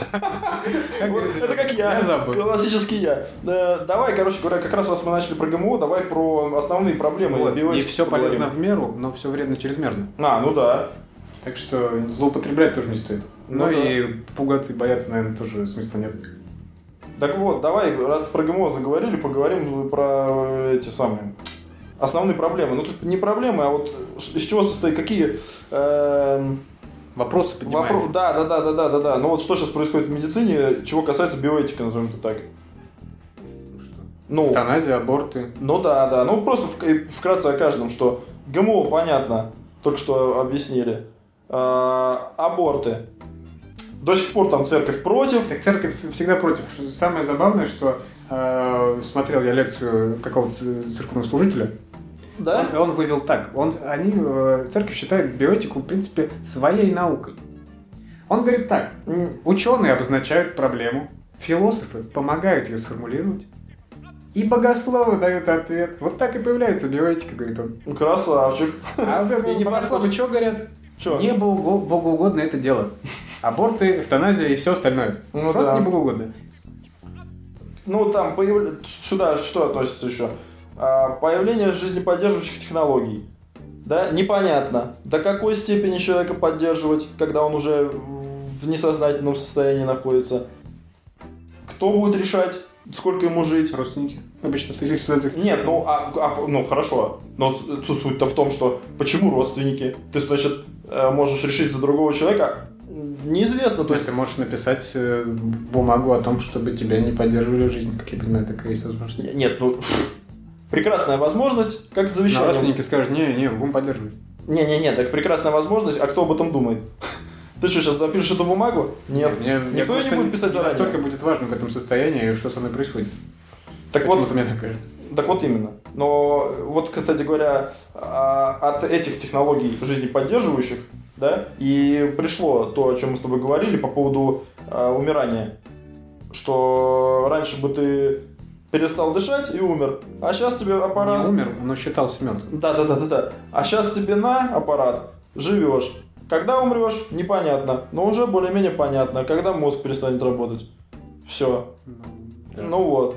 Это как я, классический я. Давай, короче говоря, как раз раз мы начали про ГМО, давай про основные проблемы. И все полезно в меру, но все вредно чрезмерно. А, ну да. Так что злоупотреблять тоже не стоит. Ну и пугаться и бояться, наверное, тоже смысла нет. Так вот, давай, раз про ГМО заговорили, поговорим про эти самые основные проблемы. Ну, тут не проблемы, а вот из чего состоит, какие... Э, вопросы поднимаются. Вопрос, да, да, да, да, да, да, да. Ну вот что сейчас происходит в медицине, чего касается биоэтики, назовем это так. Что? Ну, эвтаназия, аборты. Ну да, да. Ну просто вкратце о каждом, что ГМО, понятно, только что объяснили. А, аборты. До сих пор там церковь против. Так церковь всегда против. Самое забавное, что э, смотрел я лекцию какого-то церковного служителя. Да? Он, он вывел так. Он, они, э, церковь считает биоэтику, в принципе, своей наукой. Он говорит так. Ученые обозначают проблему, философы помогают ее сформулировать, и богословы дают ответ. Вот так и появляется биоэтика, говорит он. Красавчик. А богословы что говорят? Чё? Не богоугодно это дело. Аборты, эвтаназия и все остальное. Ну, просто да. не богоугодно. Ну, там появ... сюда что относится еще? А, появление жизнеподдерживающих технологий. Да, непонятно, до какой степени человека поддерживать, когда он уже в несознательном состоянии находится. Кто будет решать, сколько ему жить? Родственники. Обычно в таких ситуациях. Нет, ну, а, а, ну хорошо. Но суть-то в том, что почему родственники? Ты, значит, можешь решить за другого человека. Неизвестно. То есть ты можешь написать бумагу о том, чтобы тебя не поддерживали в жизни, как я понимаю, такая есть возможность. Нет, ну прекрасная возможность, как завещание. Но родственники скажут, не, не, будем поддерживать. Не-не-не, так прекрасная возможность, а кто об этом думает? Ты что, сейчас запишешь эту бумагу? Нет. Мне, Никто ее не будет писать заранее. Настолько будет важно в этом состоянии, что со мной происходит. Так вот, мне так кажется. Так вот именно. Но вот, кстати говоря, от этих технологий жизнеподдерживающих, да, и пришло то, о чем мы с тобой говорили по поводу э, умирания. Что раньше бы ты перестал дышать и умер, а сейчас тебе аппарат... Не умер, но считался мертвым. Да-да-да-да-да. А сейчас тебе на аппарат, живешь. Когда умрешь, непонятно, но уже более-менее понятно, когда мозг перестанет работать. Все. Да. Ну вот.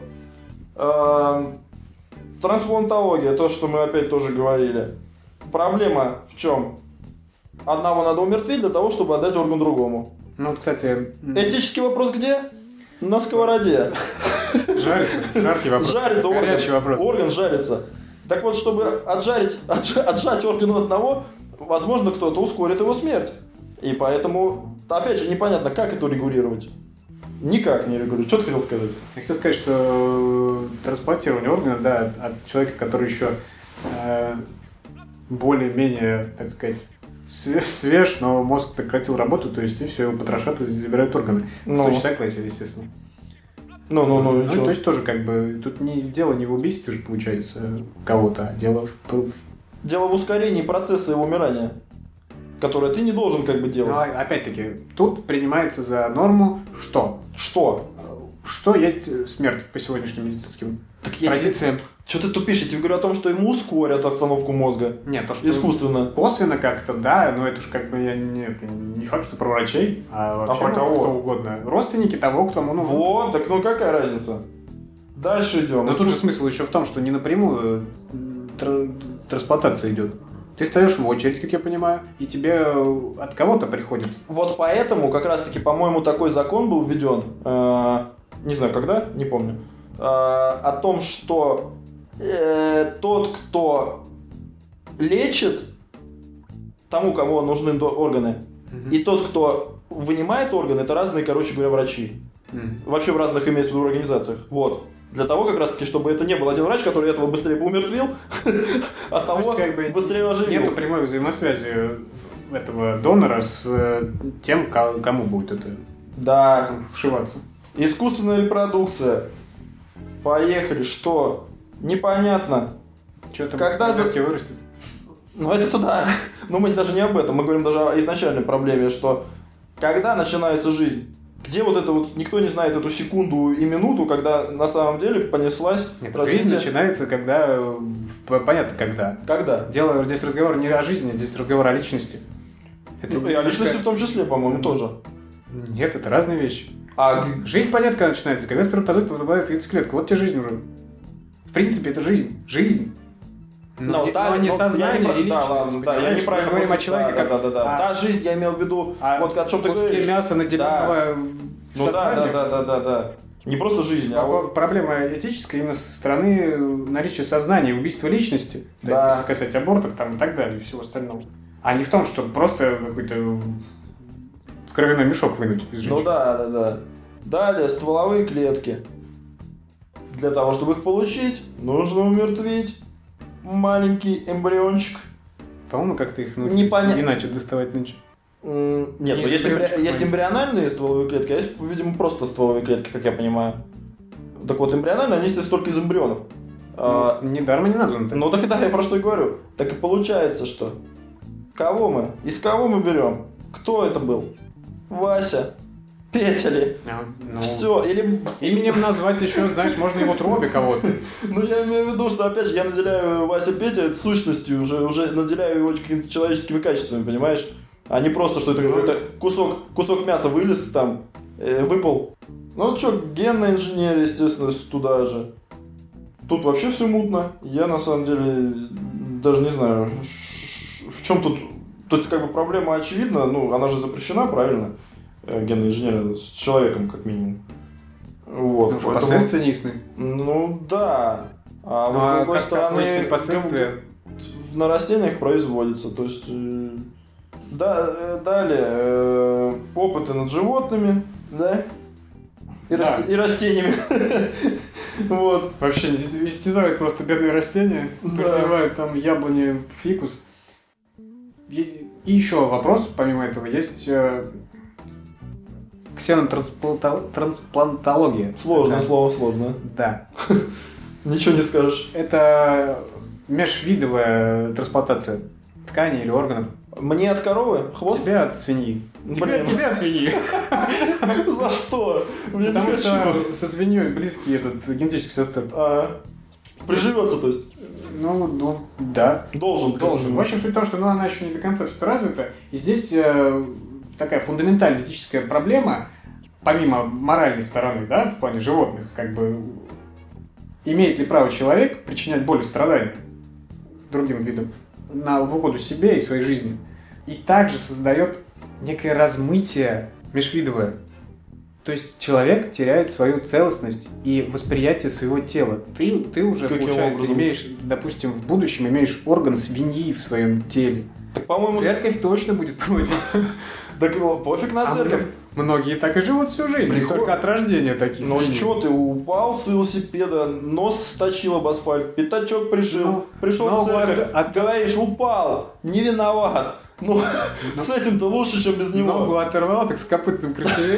Э, трансплантология, то, что мы опять тоже говорили. Проблема в чем? Одного надо умертвить для того, чтобы отдать орган другому. Ну вот, кстати... Этический вопрос где? На сковороде. Жарится. Жаркий вопрос. Жарится орган. Горячий вопрос. Орган жарится. Так вот, чтобы отжарить, отж, отжать орган у одного, возможно, кто-то ускорит его смерть. И поэтому, опять же, непонятно, как это регулировать. Никак не регулировать. Что ты хотел сказать? Я хотел сказать, что трансплантирование органа, да, от человека, который еще э, более-менее, так сказать, свеж, но мозг прекратил работу, то есть и все, его потрошат и забирают органы. Ну. В той числе классе, естественно. Ну, ну, ну, ну, и то есть тоже как бы, тут не, дело не в убийстве же получается кого-то, а дело в... в... Дело в ускорении процесса его умирания, которое ты не должен как бы делать. Но опять-таки, тут принимается за норму что? Что? Что есть смерть по сегодняшним медицинским так я традициям? Тебе... Что ты тупишь? Я тебе говорю о том, что ему ускорят остановку мозга. Нет, то, что искусственно. Косвенно как-то, да, но это уж как бы я не, это не факт, что про врачей, а вообще а про кого? Кто угодно. Родственники того, кто ну, вот, так ну какая разница? Дальше идем. Но тут же смысл еще в том, что не напрямую тр- трансплантация идет. Ты стоишь в очередь, как я понимаю, и тебе от кого-то приходит. Вот поэтому как раз-таки, по-моему, такой закон был введен, э, не знаю когда, не помню, э, о том, что э, тот, кто лечит тому, кому нужны органы, mm-hmm. и тот, кто вынимает органы, это разные, короче говоря, врачи. Mm. Вообще в разных, имеется в виду, организациях. Вот. Для того, как раз таки, чтобы это не был один врач, который этого быстрее поумертвил, а того как бы быстрее оживил. Нету прямой взаимосвязи этого донора с тем, кому будет это да. вшиваться. Искусственная репродукция. Поехали. Что? Непонятно. Что там Когда за... вырастет? Ну, это туда. Но мы даже не об этом. Мы говорим даже о изначальной проблеме, что когда начинается жизнь, где вот это вот, никто не знает эту секунду и минуту, когда на самом деле понеслась Нет, развитие... Жизнь начинается, когда... Понятно, когда. Когда? Дело здесь разговор не о жизни, здесь разговор о личности. Это и о личности в том числе, по-моему, тоже. Нет, это разные вещи. А... Жизнь, понятно, когда начинается, когда сперматозоид попадает в яйцеклетку. Вот тебе жизнь уже. В принципе, это жизнь. Жизнь. Но, но, не, да, но не но сознание не, и личность. Да, ладно, да, я неправильно. Мы говорим о человеке, да, как... Да, да, да. А, да, жизнь, я имел в виду, а вот о чем ты говоришь. куски мяса, наделенного... Да. Ну да, да, да, да, да, да. Не просто жизнь, а... вот... Проблема этическая именно со стороны наличия сознания, убийства личности. Да. Если касать абортов там, и так далее, и всего остального. А не в том, чтобы просто какой-то кровяной мешок вынуть из женщины. Ну да, да, да. Далее, стволовые клетки. Для того, чтобы их получить, нужно умертвить маленький эмбриончик. По-моему, как-то их научились Непоня... иначе доставать нынче. Нет, ну, есть, эмбри... есть эмбриональные стволовые клетки, а есть, видимо, просто стволовые клетки, как я понимаю. Так вот, эмбриональные, они состоят только из эмбрионов. Ну, а... Недаром они названы. Ну так и да, я про что и говорю. Так и получается, что кого мы? Из кого мы берем? Кто это был? Вася? Петя ли? А, ну... Все, или... Именем назвать еще, знаешь, можно и в утробе кого-то. Ну, я имею в виду, что, опять же, я наделяю Вася Петя сущностью, уже, уже наделяю его какими-то человеческими качествами, понимаешь? А не просто, что это какой-то кусок, кусок мяса вылез там, э, выпал. Ну, что, генная инженерия, естественно, туда же. Тут вообще все мутно. Я, на самом деле, даже не знаю, в чем тут... То есть, как бы, проблема очевидна, ну, она же запрещена, правильно? Генная инженерия с человеком, как минимум. Вот. Потому что Поэтому... последствия неясны. Ну, да. А, ну, а с другой как, стороны, как последствия? на растениях производится. То есть, э, да, э, далее, э, опыты над животными, да, и, да. Расти, и растениями. Вот. Вообще истязают просто бедные растения, проливают там яблони, фикус. И еще вопрос, помимо этого, есть ксенотрансплантология. Сложное слово, сложное. Да. Ничего не скажешь. Это межвидовая трансплантация тканей или органов. Мне от коровы? Хвост? Тебе от свиньи. Тебе, тебе от свиньи. За что? Я Потому не хочу. что со свиньей близкий этот генетический состав. А, приживется, то есть? Ну, ну, да. Должен. Должен. В общем, суть в том, что ну, она еще не до конца все развита. И здесь э, такая фундаментальная этическая проблема, помимо моральной стороны, да, в плане животных, как бы, имеет ли право человек причинять боль и страдания другим видам на, в угоду себе и своей жизни. И также создает некое размытие межвидовое. То есть человек теряет свою целостность и восприятие своего тела. Ты, ты уже, Каким получается, образом? имеешь, допустим, в будущем имеешь орган свиньи в своем теле. Так, по-моему... Церковь точно будет против. Так пофиг на А церковь. многие так и живут всю жизнь, Приход... только от рождения такие Ну свиньи. чё ты, упал с велосипеда, нос сточил об асфальт, пятачок пришил, Ну, пришел ну, в церковь, от- от- говоришь, упал, не виноват. Ну, с этим-то лучше, чем без него. Ногу оторвал, так с копытцем красивее.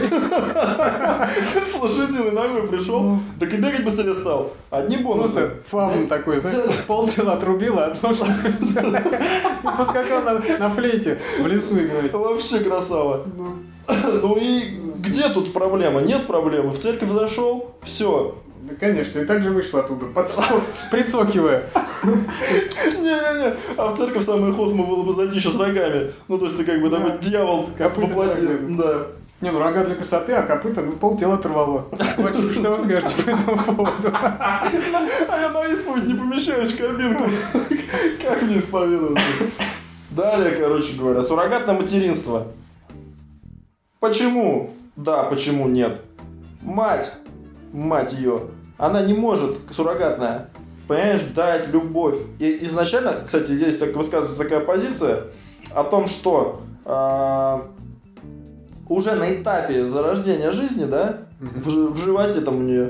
С лошадиной ногой пришел, так и бегать быстрее стал. Одни бонусы. Просто фаун такой, знаешь, полтела отрубила, от лошади и поскакал на, на флейте в лесу играть. Вообще красава. Ну, Ну и где тут проблема? Нет проблемы. В церковь зашел, все. да, конечно, и так же вышла оттуда, под, прицокивая. Не-не-не, а в церковь самое хохма было бы зайти еще с рогами. Ну, то есть ты как бы такой дьявол воплоти. Да. Не, ну рога для красоты, а копыта, ну полтела оторвало. Батюшка, что вы скажете по этому поводу? А я на исповедь не помещаюсь в кабинку. Как мне исповедоваться? Далее, короче говоря, суррогатное материнство. Почему? Да, почему нет? Мать, мать ее, она не может, суррогатная, понимаешь, дать любовь. И изначально, кстати, есть так, высказывается такая позиция о том, что э, уже на этапе зарождения жизни, да, в, жи- в животе там у нее.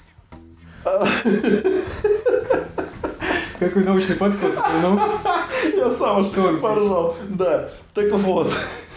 Какой научный подход. Ну, Я сам аж поржал. Да, так вот.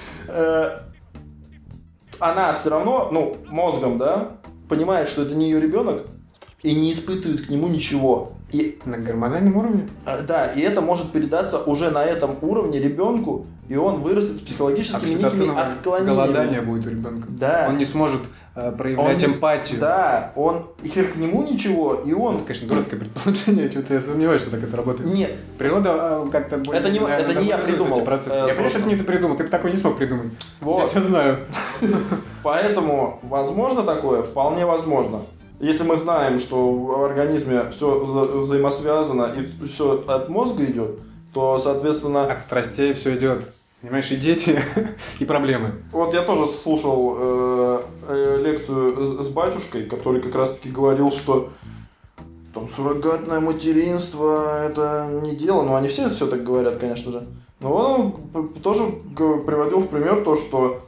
Она все равно, ну, мозгом, да, понимает, что это не ее ребенок, и не испытывает к нему ничего. И, на гормональном уровне? да, и это может передаться уже на этом уровне ребенку, и он вырастет с психологическими некими отклонениями. Голодание будет у ребенка. Да. Он не сможет э, проявлять он, эмпатию. Да, он хер к нему ничего, и он... Это, конечно, дурацкое предположение, что-то я сомневаюсь, что так это работает. Нет. Природа э, как-то более... Это не, это не я придумал. Э, я понимаю, что это не ты придумал, ты бы такой не смог придумать. Вот. Я тебя знаю. Поэтому, возможно такое? Вполне возможно. Если мы знаем, что в организме все вза- взаимосвязано и все от мозга идет, то, соответственно... От страстей все идет. Понимаешь, и дети, и проблемы. Вот я тоже слушал э, э, лекцию с, с батюшкой, который как раз-таки говорил, что там суррогатное материнство это не дело. Ну, они все все так говорят, конечно же. Но он п- тоже г- приводил в пример то, что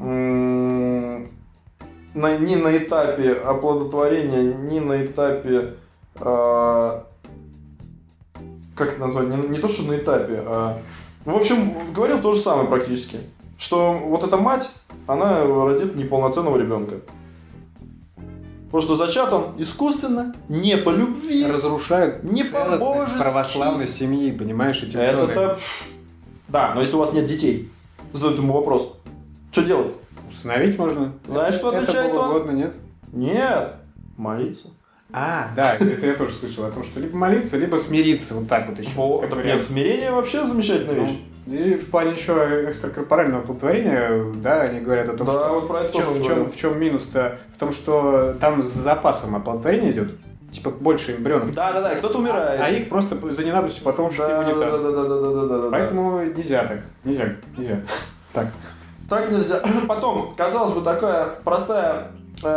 м- на, ни на этапе оплодотворения, ни на этапе... Э, как это назвать? Не, не то, что на этапе, а... В общем, говорил то же самое практически. Что вот эта мать, она родит неполноценного ребенка. Потому что зачат он искусственно, не по любви. Разрушают не целостность православной семьи, понимаешь, эти это ученые. то... Да, но если у вас нет детей, задают ему вопрос. Что делать? Установить можно. Знаешь, что это отвечает было он? угодно, нет? Нет. Молиться. А, да, это я тоже слышал о том, что либо молиться, либо смириться, вот так вот еще. Вот, так нет, смирение вообще замечательная вещь. Ну, и в плане еще экстракорпорального оплодотворения, да, они говорят о том, да, что вот про это в, чем, тоже в, чем, в чем минус-то? В том, что там с запасом оплодотворения идет, типа больше эмбрионов. Да, да, да, кто-то умирает. А, а их просто за ненадобностью потом шли в унитаз. Да, да, да, да, да, да, да. Поэтому нельзя так. Нельзя, нельзя. Так. Так нельзя. Потом, казалось бы, такая простая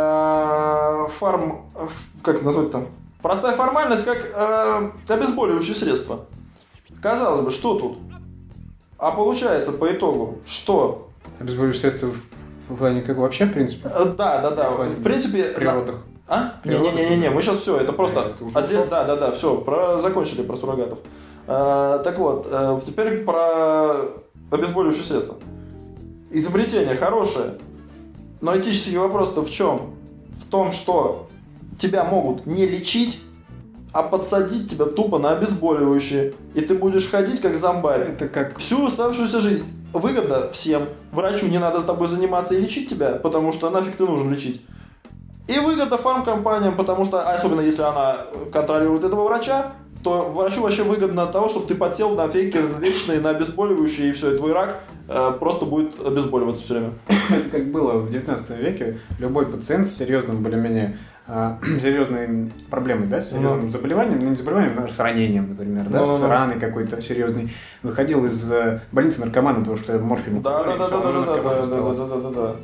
э, фарм... Как это назвать там? Простая формальность, как э, обезболивающее средство. Казалось бы, что тут? А получается по итогу, что? Обезболивающее средство в плане как вообще, в принципе? Э, да, да, да. В принципе... В природах. А? Не-не-не, мы сейчас все, это просто это отдельно. Да, да, да, все, про... закончили про суррогатов. Э, так вот, э, теперь про обезболивающее средство. Изобретение хорошее, но этический вопрос-то в чем? В том, что тебя могут не лечить, а подсадить тебя тупо на обезболивающее. И ты будешь ходить как зомбарь. Это как... Всю оставшуюся жизнь. Выгодно всем. Врачу не надо с тобой заниматься и лечить тебя, потому что нафиг ты нужен лечить. И выгодно фармкомпаниям, потому что, особенно если она контролирует этого врача, то врачу вообще выгодно от того, чтобы ты подсел на фейки вечные, на обезболивающие, и все, и твой рак э, просто будет обезболиваться все время. Это как было в девятнадцатом веке. Любой пациент с серьезным более-менее э, серьезной проблемой, да, с серьезным no. заболеванием, ну не заболеванием, но с ранением, например, да, no, с no. раной какой-то серьезной, выходил из э, больницы наркоманом, потому что морфий. Да, да, да, да, да, да, да, да, да, да, да, да.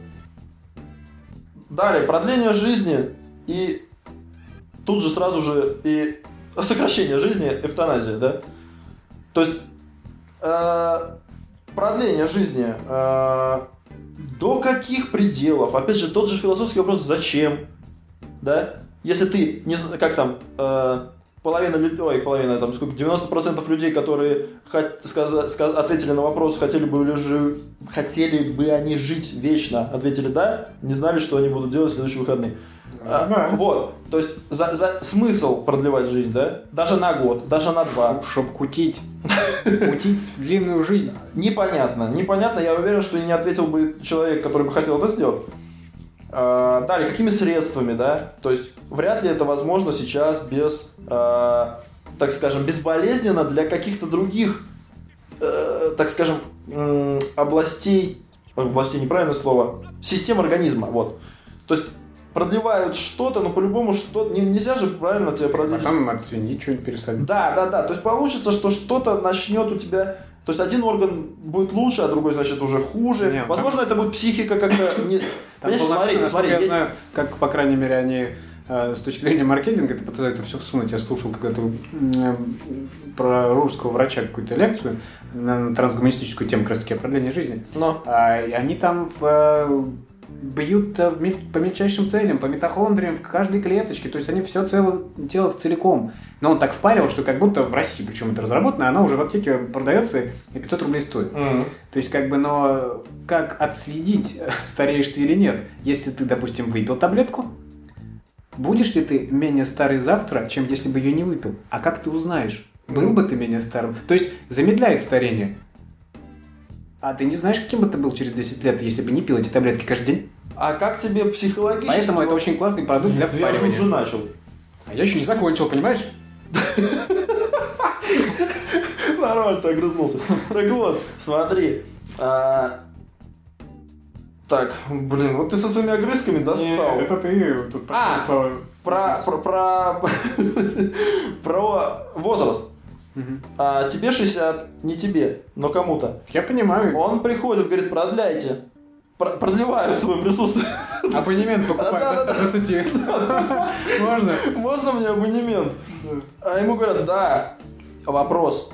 Далее, продление жизни и тут же сразу же и сокращение жизни, эвтаназия, да? То есть э, продление жизни э, до каких пределов? Опять же, тот же философский вопрос, зачем? Да? Если ты, не как там, э, половина людей, ой, половина, там, сколько, девяносто процентов людей, которые хот, сказ, сказ, ответили на вопрос, хотели бы, ли жи, хотели бы они жить вечно, ответили да, не знали, что они будут делать в следующие выходные. А, вот, то есть за, за смысл продлевать жизнь, да? Даже на год, даже на два. Чтоб кутить. Кутить длинную жизнь. Непонятно, непонятно. Я уверен, что не ответил бы человек, который бы хотел это сделать. А, далее, какими средствами, да? То есть вряд ли это возможно сейчас без, а, так скажем, безболезненно для каких-то других, а, так скажем, областей, областей неправильное слово, систем организма, вот. То есть продлевают что-то, но по-любому что-то... Нельзя же правильно тебя продлить. Потом от свиньи что-нибудь пересадить. Да, да, да. То есть получится, что что-то начнет у тебя... То есть один орган будет лучше, а другой, значит, уже хуже. Нет, возможно, там... это будет психика как-то... Не... Понимаешь, смотри, смотри. Я есть... знаю, как, по крайней мере, они э, с точки зрения маркетинга это пытаются это все всунуть. Я слушал когда-то э, про русского врача какую-то лекцию на трансгуманистическую тему, как раз таки о продлении жизни. Но. А, и они там в... бьют по мельчайшим целям, по митохондриям в каждой клеточке, то есть они все целое тело целиком. Но он так впаривал, что как будто в России, причем это разработано, она уже в аптеке продается и пятьсот рублей стоит. Mm-hmm. То есть как бы, но как отследить, стареешь ты или нет? Если ты, допустим, выпил таблетку, будешь ли ты менее старый завтра, чем если бы ее не выпил? А как ты узнаешь? Был бы ты менее старым? То есть замедляет старение. А ты не знаешь, каким бы ты был через десять лет, если бы не пил эти таблетки каждый день? А как тебе психологически? Поэтому это очень классный продукт для впаривания. Я же уже начал. А я еще не закончил, понимаешь? Нормально, ты огрызнулся. Так вот, смотри. А... Так, блин, вот ты со своими огрызками достал. Нет, это ты тут а, слова. Про, про, про, про возраст. Угу. А, тебе шестьдесят, не тебе, но кому-то. Я понимаю. Он приходит, говорит, продляйте. Продлеваю свое присутствие. Абонемент покупаю до ста двадцати. Можно? Можно мне абонемент? А ему говорят, да. Вопрос.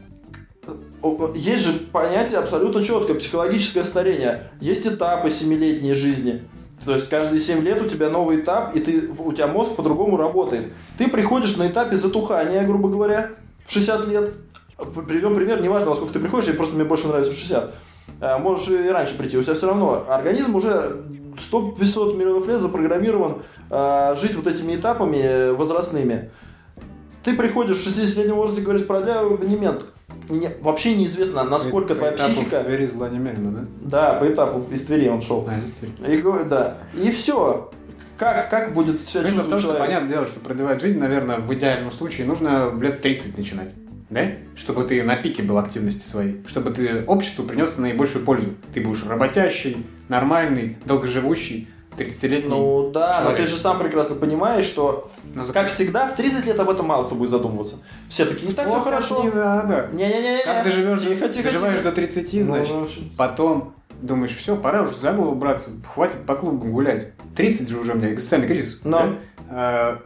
Есть же понятие абсолютно четкое, психологическое старение. Есть этапы семилетней жизни. То есть каждые семь лет у тебя новый этап, и ты, у тебя мозг по-другому работает. Ты приходишь на этапе затухания, грубо говоря, в шестьдесят лет. Приведем пример, неважно, во сколько ты приходишь, и просто мне больше нравится в шестьдесят. Можешь и раньше прийти, у тебя все равно организм уже сто-пятьсот миллионов лет запрограммирован э, жить вот этими этапами возрастными. Ты приходишь в шестидесятилетнем возрасте и говоришь, продляю абонемент. Не, вообще неизвестно, насколько по твоя психика... В Твери зла немерено, да? Да, по этапу из Твери он шел. А, из Твери. И, да. И все. Как, как будет себя чувствовать потому, человек? Что, понятное дело, что продлевать жизнь, наверное, в идеальном случае нужно в лет тридцать начинать. Да? Чтобы ты на пике был активности своей. Чтобы ты обществу принес наибольшую пользу. Ты будешь работящий, нормальный, долгоживущий, тридцатилетний Ну да, человек. Но ты же сам прекрасно понимаешь, что, но как всегда, в тридцать лет об этом мало кто будет задумываться. Все такие, не так все хорошо. Не надо. Не-не-не. Как ты живешь, тихо, тихо, доживаешь тихо. до тридцати, значит, ну, потом думаешь, все, пора уже за голову браться, хватит по клубам гулять. тридцать же уже у меня экзистенциальный кризис. Но. Да? А,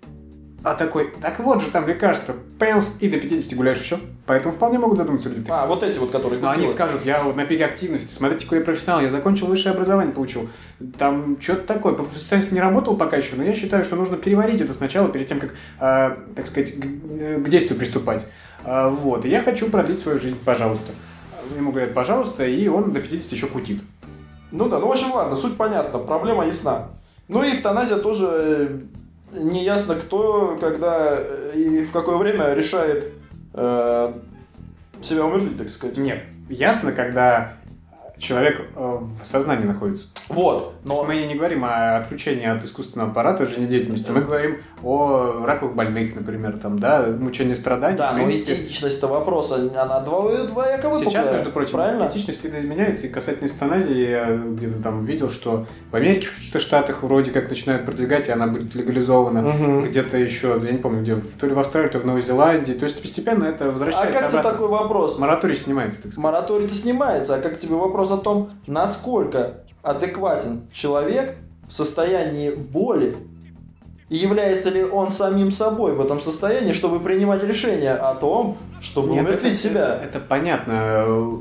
а такой, так вот же там лекарства, пэлс, и до пятидесяти гуляешь еще. Поэтому вполне могут задуматься люди. А, вот эти вот, которые... Но они скажут, я вот на пике активности, смотрите, какой я профессионал, я закончил высшее образование, получил. Там что-то такое, по специальности не работал пока еще, но я считаю, что нужно переварить это сначала, перед тем, как, э, так сказать, к, к действию приступать. Э, вот, и я хочу продлить свою жизнь, пожалуйста. Ему говорят, пожалуйста, и он до пятидесяти еще кутит. Ну да, ну в общем, ладно, суть понятна, проблема ясна. Ну и эвтаназия тоже не ясно, кто, когда и в какое время решает э, себя умертвить, так сказать. Нет, ясно, когда человек э, в сознании находится. Вот. Но мы не говорим о отключении от искусственного аппарата жизнедеятельности, мы говорим о раковых больных, например, там, да, мучении страданий. Да, но этичность-то вопроса, она двояко выпуклая. Сейчас, между прочим, правильно? Этичность видоизменяется, и касательно эвтаназии я где-то там видел, что в Америке, в каких-то штатах вроде как начинают продвигать, и она будет легализована. Угу. Где-то еще, я не помню, где, то ли в Австралии, то ли в Новой Зеландии. То есть постепенно это возвращается обратно. А как обратно. тебе такой вопрос? Мораторий снимается, так сказать. Мораторий-то снимается, а как тебе вопрос о том, насколько адекватен человек в состоянии боли, и является ли он самим собой в этом состоянии, чтобы принимать решение о том, чтобы Нет, умертвить это, себя? Это, это понятно.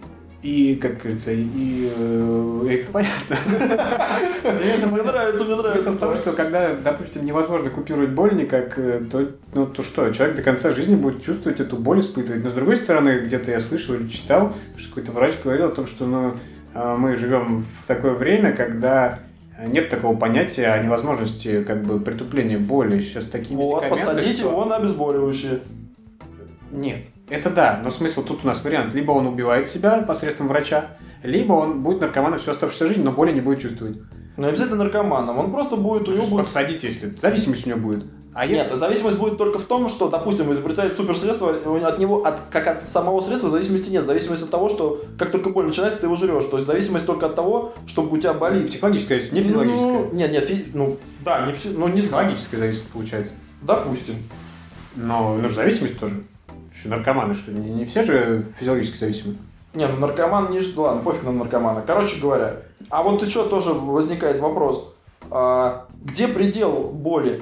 И, как говорится, и, и это понятно. Мне нравится, мне нравится. Смысл в том, что когда, допустим, невозможно купировать боль никак, то, ну, то что, человек до конца жизни будет чувствовать эту боль, испытывать. Но с другой стороны, где-то я слышал или читал, что какой-то врач говорил о том, что ну, мы живем в такое время, когда нет такого понятия о невозможности как бы притупления боли. Сейчас такие вот, медикаменты... подсадите что... его на обезболивающее. Нет, это да, но смысл тут у нас вариант. Либо он убивает себя посредством врача, либо он будет наркоманом всю оставшуюся жизнь, но боли не будет чувствовать. Ну, обязательно наркоманом. Он просто будет... У него будет... Подсадить, если зависимость у него будет. А Нет, я... зависимость будет только в том, что, допустим, изобретает суперсредство, от него, от, как от самого средства, зависимости нет. Зависимость от того, что как только боль начинается, ты его жрешь. То есть зависимость только от того, что у тебя болит. Психологическая, не физиологическая. Ну, нет, нет, фи... ну, да, не пси... ну, не психологическая зависимость получается. Допустим. Но, ну, же зависимость тоже. Еще наркоманы, что не, не все же физиологически зависимы. Не, ну наркоман не ждал, ладно, пофиг на наркомана. Короче говоря, а вот еще тоже возникает вопрос. А, где предел боли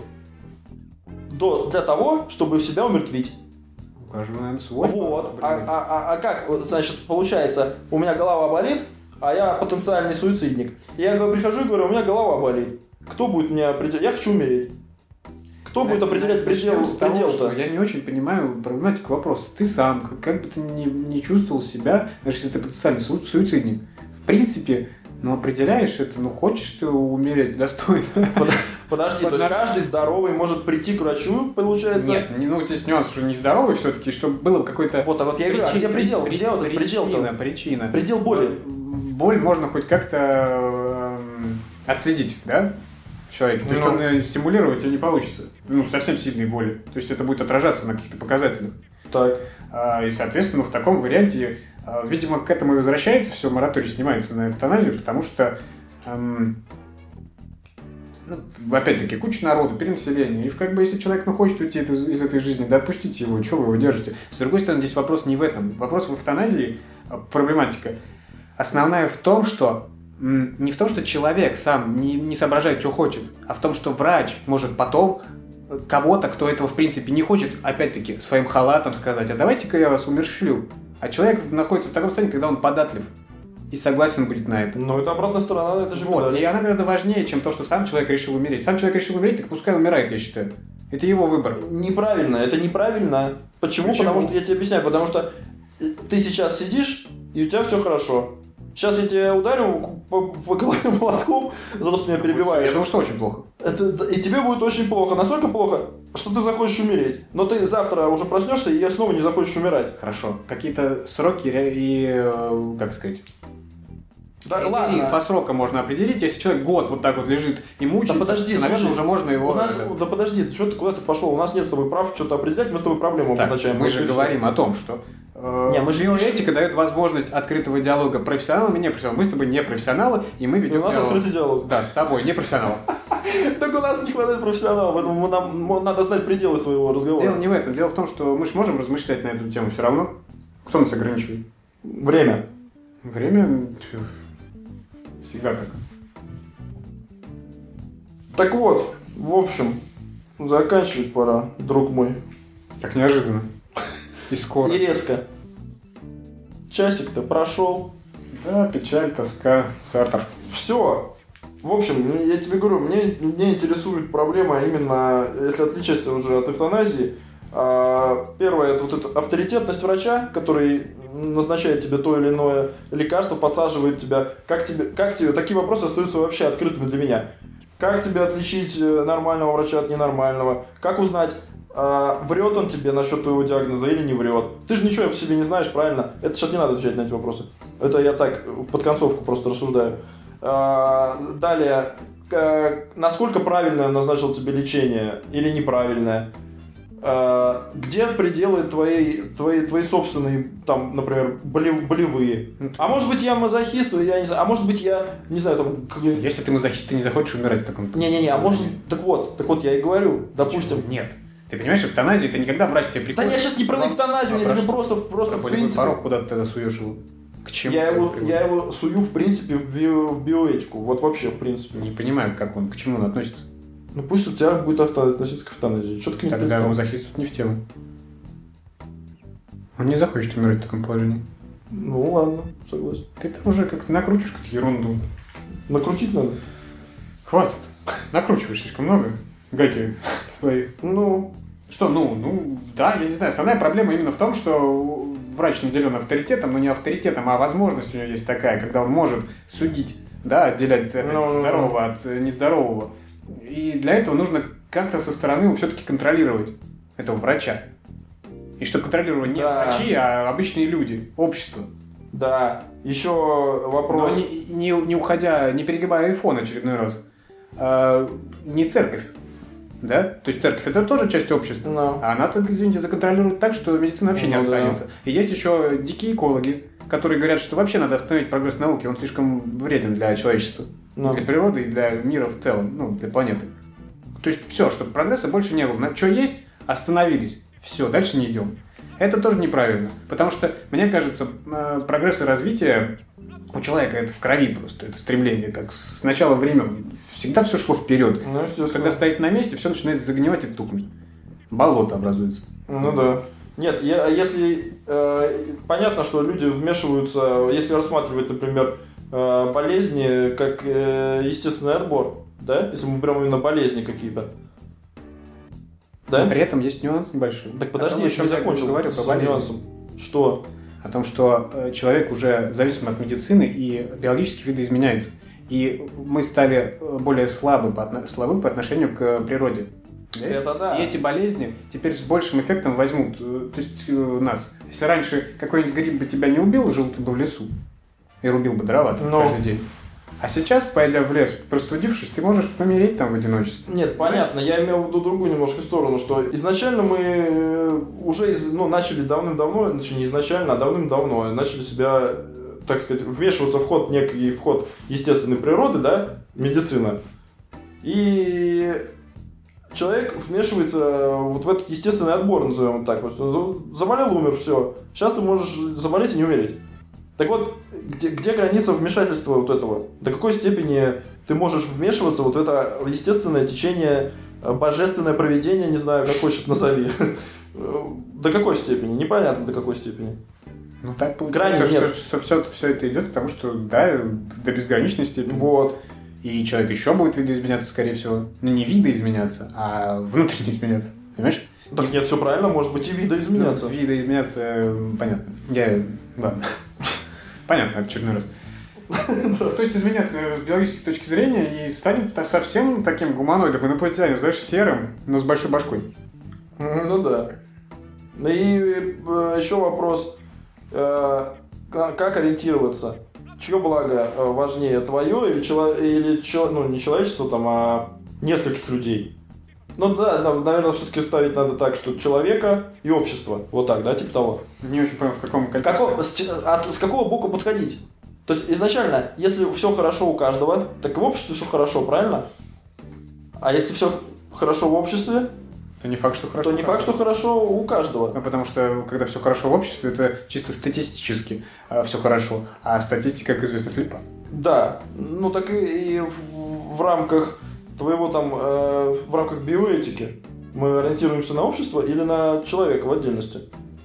до, для того, чтобы себя умертвить? У каждого, наверное, свой. Вот. А, а, а, а как, значит, получается, у меня голова болит, а я потенциальный суицидник. Я прихожу и говорю, у меня голова болит. Кто будет меня определять? Я хочу умереть. Кто будет определять предел, предел-то? Я не очень понимаю проблематику вопроса. Ты сам, как, как бы ты ни, не чувствовал себя, даже если ты потенциальный суицидник, в принципе, ну, определяешь это, ну, хочешь ты умереть достойно. Подожди, то есть каждый здоровый может прийти к врачу, получается? Нет, ну, здесь нюанс, что не здоровый все-таки, чтобы было какой-то... Вот, а вот я говорю, а где предел? Где этот предел-то? Причина. Предел боли. Боль можно хоть как-то отследить, да? В человеке. То есть ну, он стимулировать ее не получится. Ну, совсем сильные боли. То есть это будет отражаться на каких-то показателях. Так. А, и, соответственно, в таком варианте, а, видимо, к этому и возвращается все, мораторий снимается на эвтаназию, потому что, эм, ну, опять-таки, куча народу, перенаселение. И как бы, если человек ну, хочет уйти из, из этой жизни, да отпустите его, чего вы его держите. С другой стороны, здесь вопрос не в этом. Вопрос в эвтаназии, проблематика. Основная в том, что не в том, что человек сам не, не соображает, что хочет, а в том, что врач может потом кого-то, кто этого в принципе не хочет, опять-таки, своим халатом сказать, а давайте-ка я вас умерщвлю. А человек находится в таком состоянии, когда он податлив и согласен будет на это. Ну, это обратная сторона, это же вот. И она гораздо важнее, чем то, что сам человек решил умереть. Сам человек решил умереть, так пускай умирает, я считаю. Это его выбор. Неправильно, это неправильно. Почему? Почему? Потому что я тебе объясняю, потому что ты сейчас сидишь, и у тебя все хорошо. Сейчас я тебя ударю по, по голове молотком за то, что меня перебиваешь. Я думаю, что очень плохо. Это, и тебе будет очень плохо. Настолько плохо, что ты захочешь умереть. Но ты завтра уже проснешься и снова не захочешь умирать. Хорошо. Какие-то сроки и, как сказать... Да, и, ладно. И по срокам можно определить. Если человек год вот так вот лежит и мучается, да подожди, то, наверное, слушай, уже можно его... У нас, да подожди, что ты куда ты пошел? У нас нет с тобой прав что-то определять, мы с тобой проблему так, обозначаем. Мы же говорим о том, что э, не, мы же биоэтика дает возможность открытого диалога профессионалам и непрофессионалам. Мы с тобой не профессионалы, и мы ведем у нас диалог. Открытый диалог. Да, с тобой, не профессионалов. Так у нас не хватает профессионалов, поэтому нам надо знать пределы своего разговора. Дело не в этом. Дело в том, что мы же можем размышлять на эту тему все равно. Кто нас ограничивает? Время. Время... Всегда так. Так вот, в общем, заканчивать пора, друг мой. Как неожиданно. И скоро. И резко. Часик-то прошел. Да, печаль, тоска, Сартр. Все. В общем, я тебе говорю, мне, мне интересует проблема именно, если отличаться уже от эвтаназии. Первое, это вот эта авторитетность врача, который назначает тебе то или иное лекарство, подсаживает тебя. Как тебе, как тебе, такие вопросы остаются вообще открытыми для меня. Как тебе отличить нормального врача от ненормального? Как узнать, врет он тебе насчет твоего диагноза или не врет? Ты же ничего о себе не знаешь, правильно? Это сейчас не надо отвечать на эти вопросы. Это я так под концовку просто рассуждаю. Далее, насколько правильно назначил тебе лечение или неправильное? Где пределы твоей, твоей, твоей собственной, там, например, болевые? А может быть, я мазохист, я не знаю, а может быть, я, не знаю, там... Если ты мазохист, ты не захочешь умирать в таком... Не-не-не, а может... Так вот, так вот, я и говорю, допустим... Нет. Ты понимаешь, эвтаназия, это никогда врач тебе приходит... Да я сейчас не про эвтаназию, я тебе просто, просто в принципе... порог, куда ты тогда суешь его? К чему? Я его, я его сую, в принципе, в, био, в биоэтику, вот вообще, в принципе. Не понимаю, как он, к чему он относится. Ну пусть у тебя будет авто, относиться к эвтаназии. Что ты к нему Тогда мазохист тут не в тему. Он не захочет умирать в таком положении. Ну ладно, согласен. Ты там уже как накручиваешь какую-то ерунду. Накрутить надо? Хватит. Накручиваешь слишком много. Гаки свои. Ну... Что, ну, ну, да, я не знаю. Основная проблема именно в том, что врач наделен авторитетом, но не авторитетом, а возможность у него есть такая, когда он может судить, да, отделять опять, no, здорового no. от нездорового. И для этого нужно как-то со стороны все-таки контролировать этого врача. И чтобы контролировали не да. врачи, а обычные люди, общество. Да. Еще вопрос... Но не, не, не уходя, не перегибая айфон очередной раз. А, не церковь. Да? То есть церковь это тоже часть общества. No. А она, извините, законтролирует так, что медицина вообще no, не останется. Да. И есть еще дикие экологи, которые говорят, что вообще надо остановить прогресс науки, он слишком вреден для человечества. No. Для природы и для мира в целом, ну, для планеты. То есть все, чтобы прогресса больше не было. На что есть, остановились. Все, дальше не идем. Это тоже неправильно. Потому что, мне кажется, прогресс и развитие у человека это в крови просто, это стремление. Как с начала времен всегда все шло вперед. Ну, когда стоит на месте, все начинает загнивать и тухнуть. Болото образуется. Ну да. Нет, я, если э, понятно, что люди вмешиваются, если рассматривать, например, э, болезни как э, естественный отбор, да? Если мы берем именно болезни какие-то. Да? Но при этом есть нюанс небольшой. Так подожди, я еще не закончил говорю с нюансом. Что? О том, что человек уже зависим от медицины и биологически видоизменяется. И мы стали более слабы по, слабы по отношению к природе. Это да. И эти болезни теперь с большим эффектом возьмут то есть, нас. Если раньше какой-нибудь гриб бы тебя не убил, жил ты бы в лесу и рубил бы дрова Но... каждый день. А сейчас, пойдя в лес, простудившись, ты можешь помереть там в одиночестве. Нет, понятно. Я имел в виду другую немножко сторону, что изначально мы уже ну, начали давным-давно, значит, не изначально, а давным-давно начали себя, так сказать, вмешиваться в ход, некий вход естественной природы, да, медицина. И человек вмешивается вот в этот естественный отбор, назовем так. Заболел, умер, все. Сейчас ты можешь заболеть и не умереть. Так вот, где, где граница вмешательства вот этого? До какой степени ты можешь вмешиваться вот в это естественное течение, божественное провидение, не знаю, как хочешь назови. До какой степени? Непонятно, до какой степени. Ну так получается, что, что все, все это идет к тому, что да, до безграничной степени. Вот. И человек еще будет видоизменяться, скорее всего. Ну не видоизменяться, а внутренне изменяться. Понимаешь? Так нет, все правильно, может быть и видоизменяться. Ну, видоизменяться, понятно. Я... Ладно. Понятно, очередной раз. То есть изменяться с биологической точки зрения и станет совсем таким гуманоидом, инопланетянином, знаешь, серым, но с большой башкой. Ну да. И еще вопрос, как ориентироваться? Чье благо важнее, твое или, или ну, не человечество, там, а нескольких людей? Ну да, наверное, все-таки ставить надо так, что человека и общество. Вот так, да, типа того. Не очень понял, в каком контексте. Какого, с, от, с какого бока подходить? То есть изначально, если все хорошо у каждого, так и в обществе все хорошо, правильно? А если все хорошо в обществе, то не факт, что хорошо. То не факт, что хорошо у каждого. Ну, потому что, когда все хорошо в обществе, это чисто статистически э, все хорошо. А статистика, как известно, слепа. Да. Ну так и, и в, в рамках твоего там, э, в рамках биоэтики мы ориентируемся на общество или на человека в отдельности?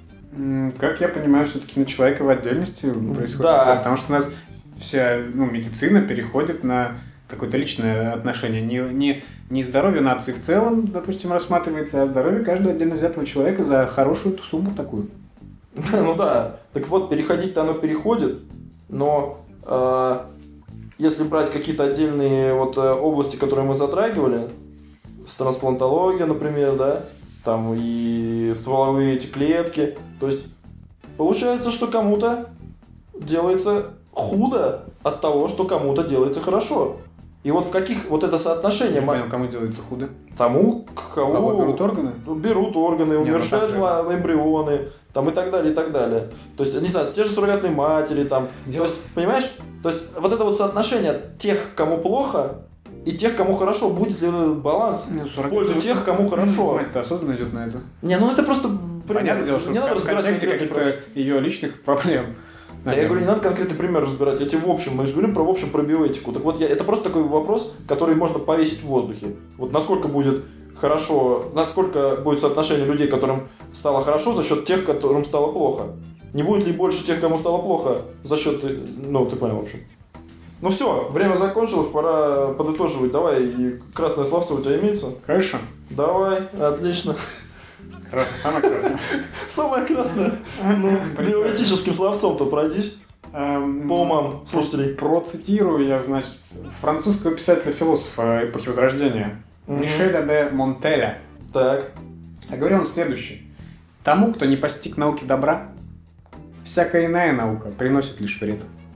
Как я понимаю, все-таки на человека в отдельности происходит. Да. Потому что у нас вся ну, медицина переходит на какое-то личное отношение. Не, не, не здоровье нации в целом, допустим, рассматривается, а здоровье каждого отдельно взятого человека за хорошую сумму такую. Ну да. Так вот, переходить-то оно переходит, но э, если брать какие-то отдельные вот, области, которые мы затрагивали, с трансплантологией, например, да, там и стволовые эти клетки, то есть получается, что кому-то делается худо от того, что кому-то делается хорошо. И вот в каких вот это соотношение... Я понял, кому делается худо? Тому, кого... Кого берут органы? Берут органы, умершают ну, эмбрионы, там и так далее, и так далее. То есть, не знаю, те же суррогатные матери, там... Дело... То есть, понимаешь? То есть, вот это вот соотношение тех, кому плохо, и тех, кому хорошо, будет ли этот баланс ну, в пользу тех, кому хорошо. Мать-то осознанно идет на это. Не, ну это просто... Понятное дело, что не в, надо в контексте каких-то ее личных проблем. Да, я говорю, не надо конкретный пример разбирать, я тебе в общем, мы же говорим про в общем про биоэтику. Так вот, я, это просто такой вопрос, который можно повесить в воздухе. Вот насколько будет хорошо, насколько будет соотношение людей, которым стало хорошо, за счет тех, которым стало плохо. Не будет ли больше тех, кому стало плохо, за счет, ну, ты понял, в общем. Ну все, время закончилось, пора подытоживать. Давай, и красное словцо у тебя имеется? Конечно. Давай, отлично. Красное, самое красное. Самое красное. Ну, биоэтическим словцом-то пройдись. Эм, по умам слушателей. Процитирую я, значит, французского писателя-философа эпохи Возрождения mm-hmm. Мишеля де Монтеля. Так. А говорил он следующее. Тому, кто не постиг науки добра, всякая иная наука приносит лишь вред.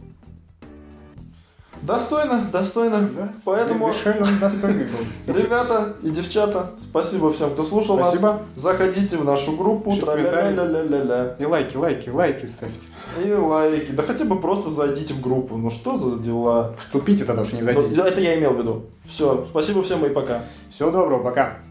Достойно, достойно. Да? Поэтому, Мишель, он достойный был. Ребята и девчата, спасибо всем, кто слушал спасибо. нас. Заходите в нашу группу. И лайки, лайки, лайки ставьте. И лайки. Да хотя бы просто зайдите в группу. Ну что за дела? Вступите тогда уж, не зайдите. Ну, это я имел в виду. Все, спасибо всем и пока. Всего доброго, пока.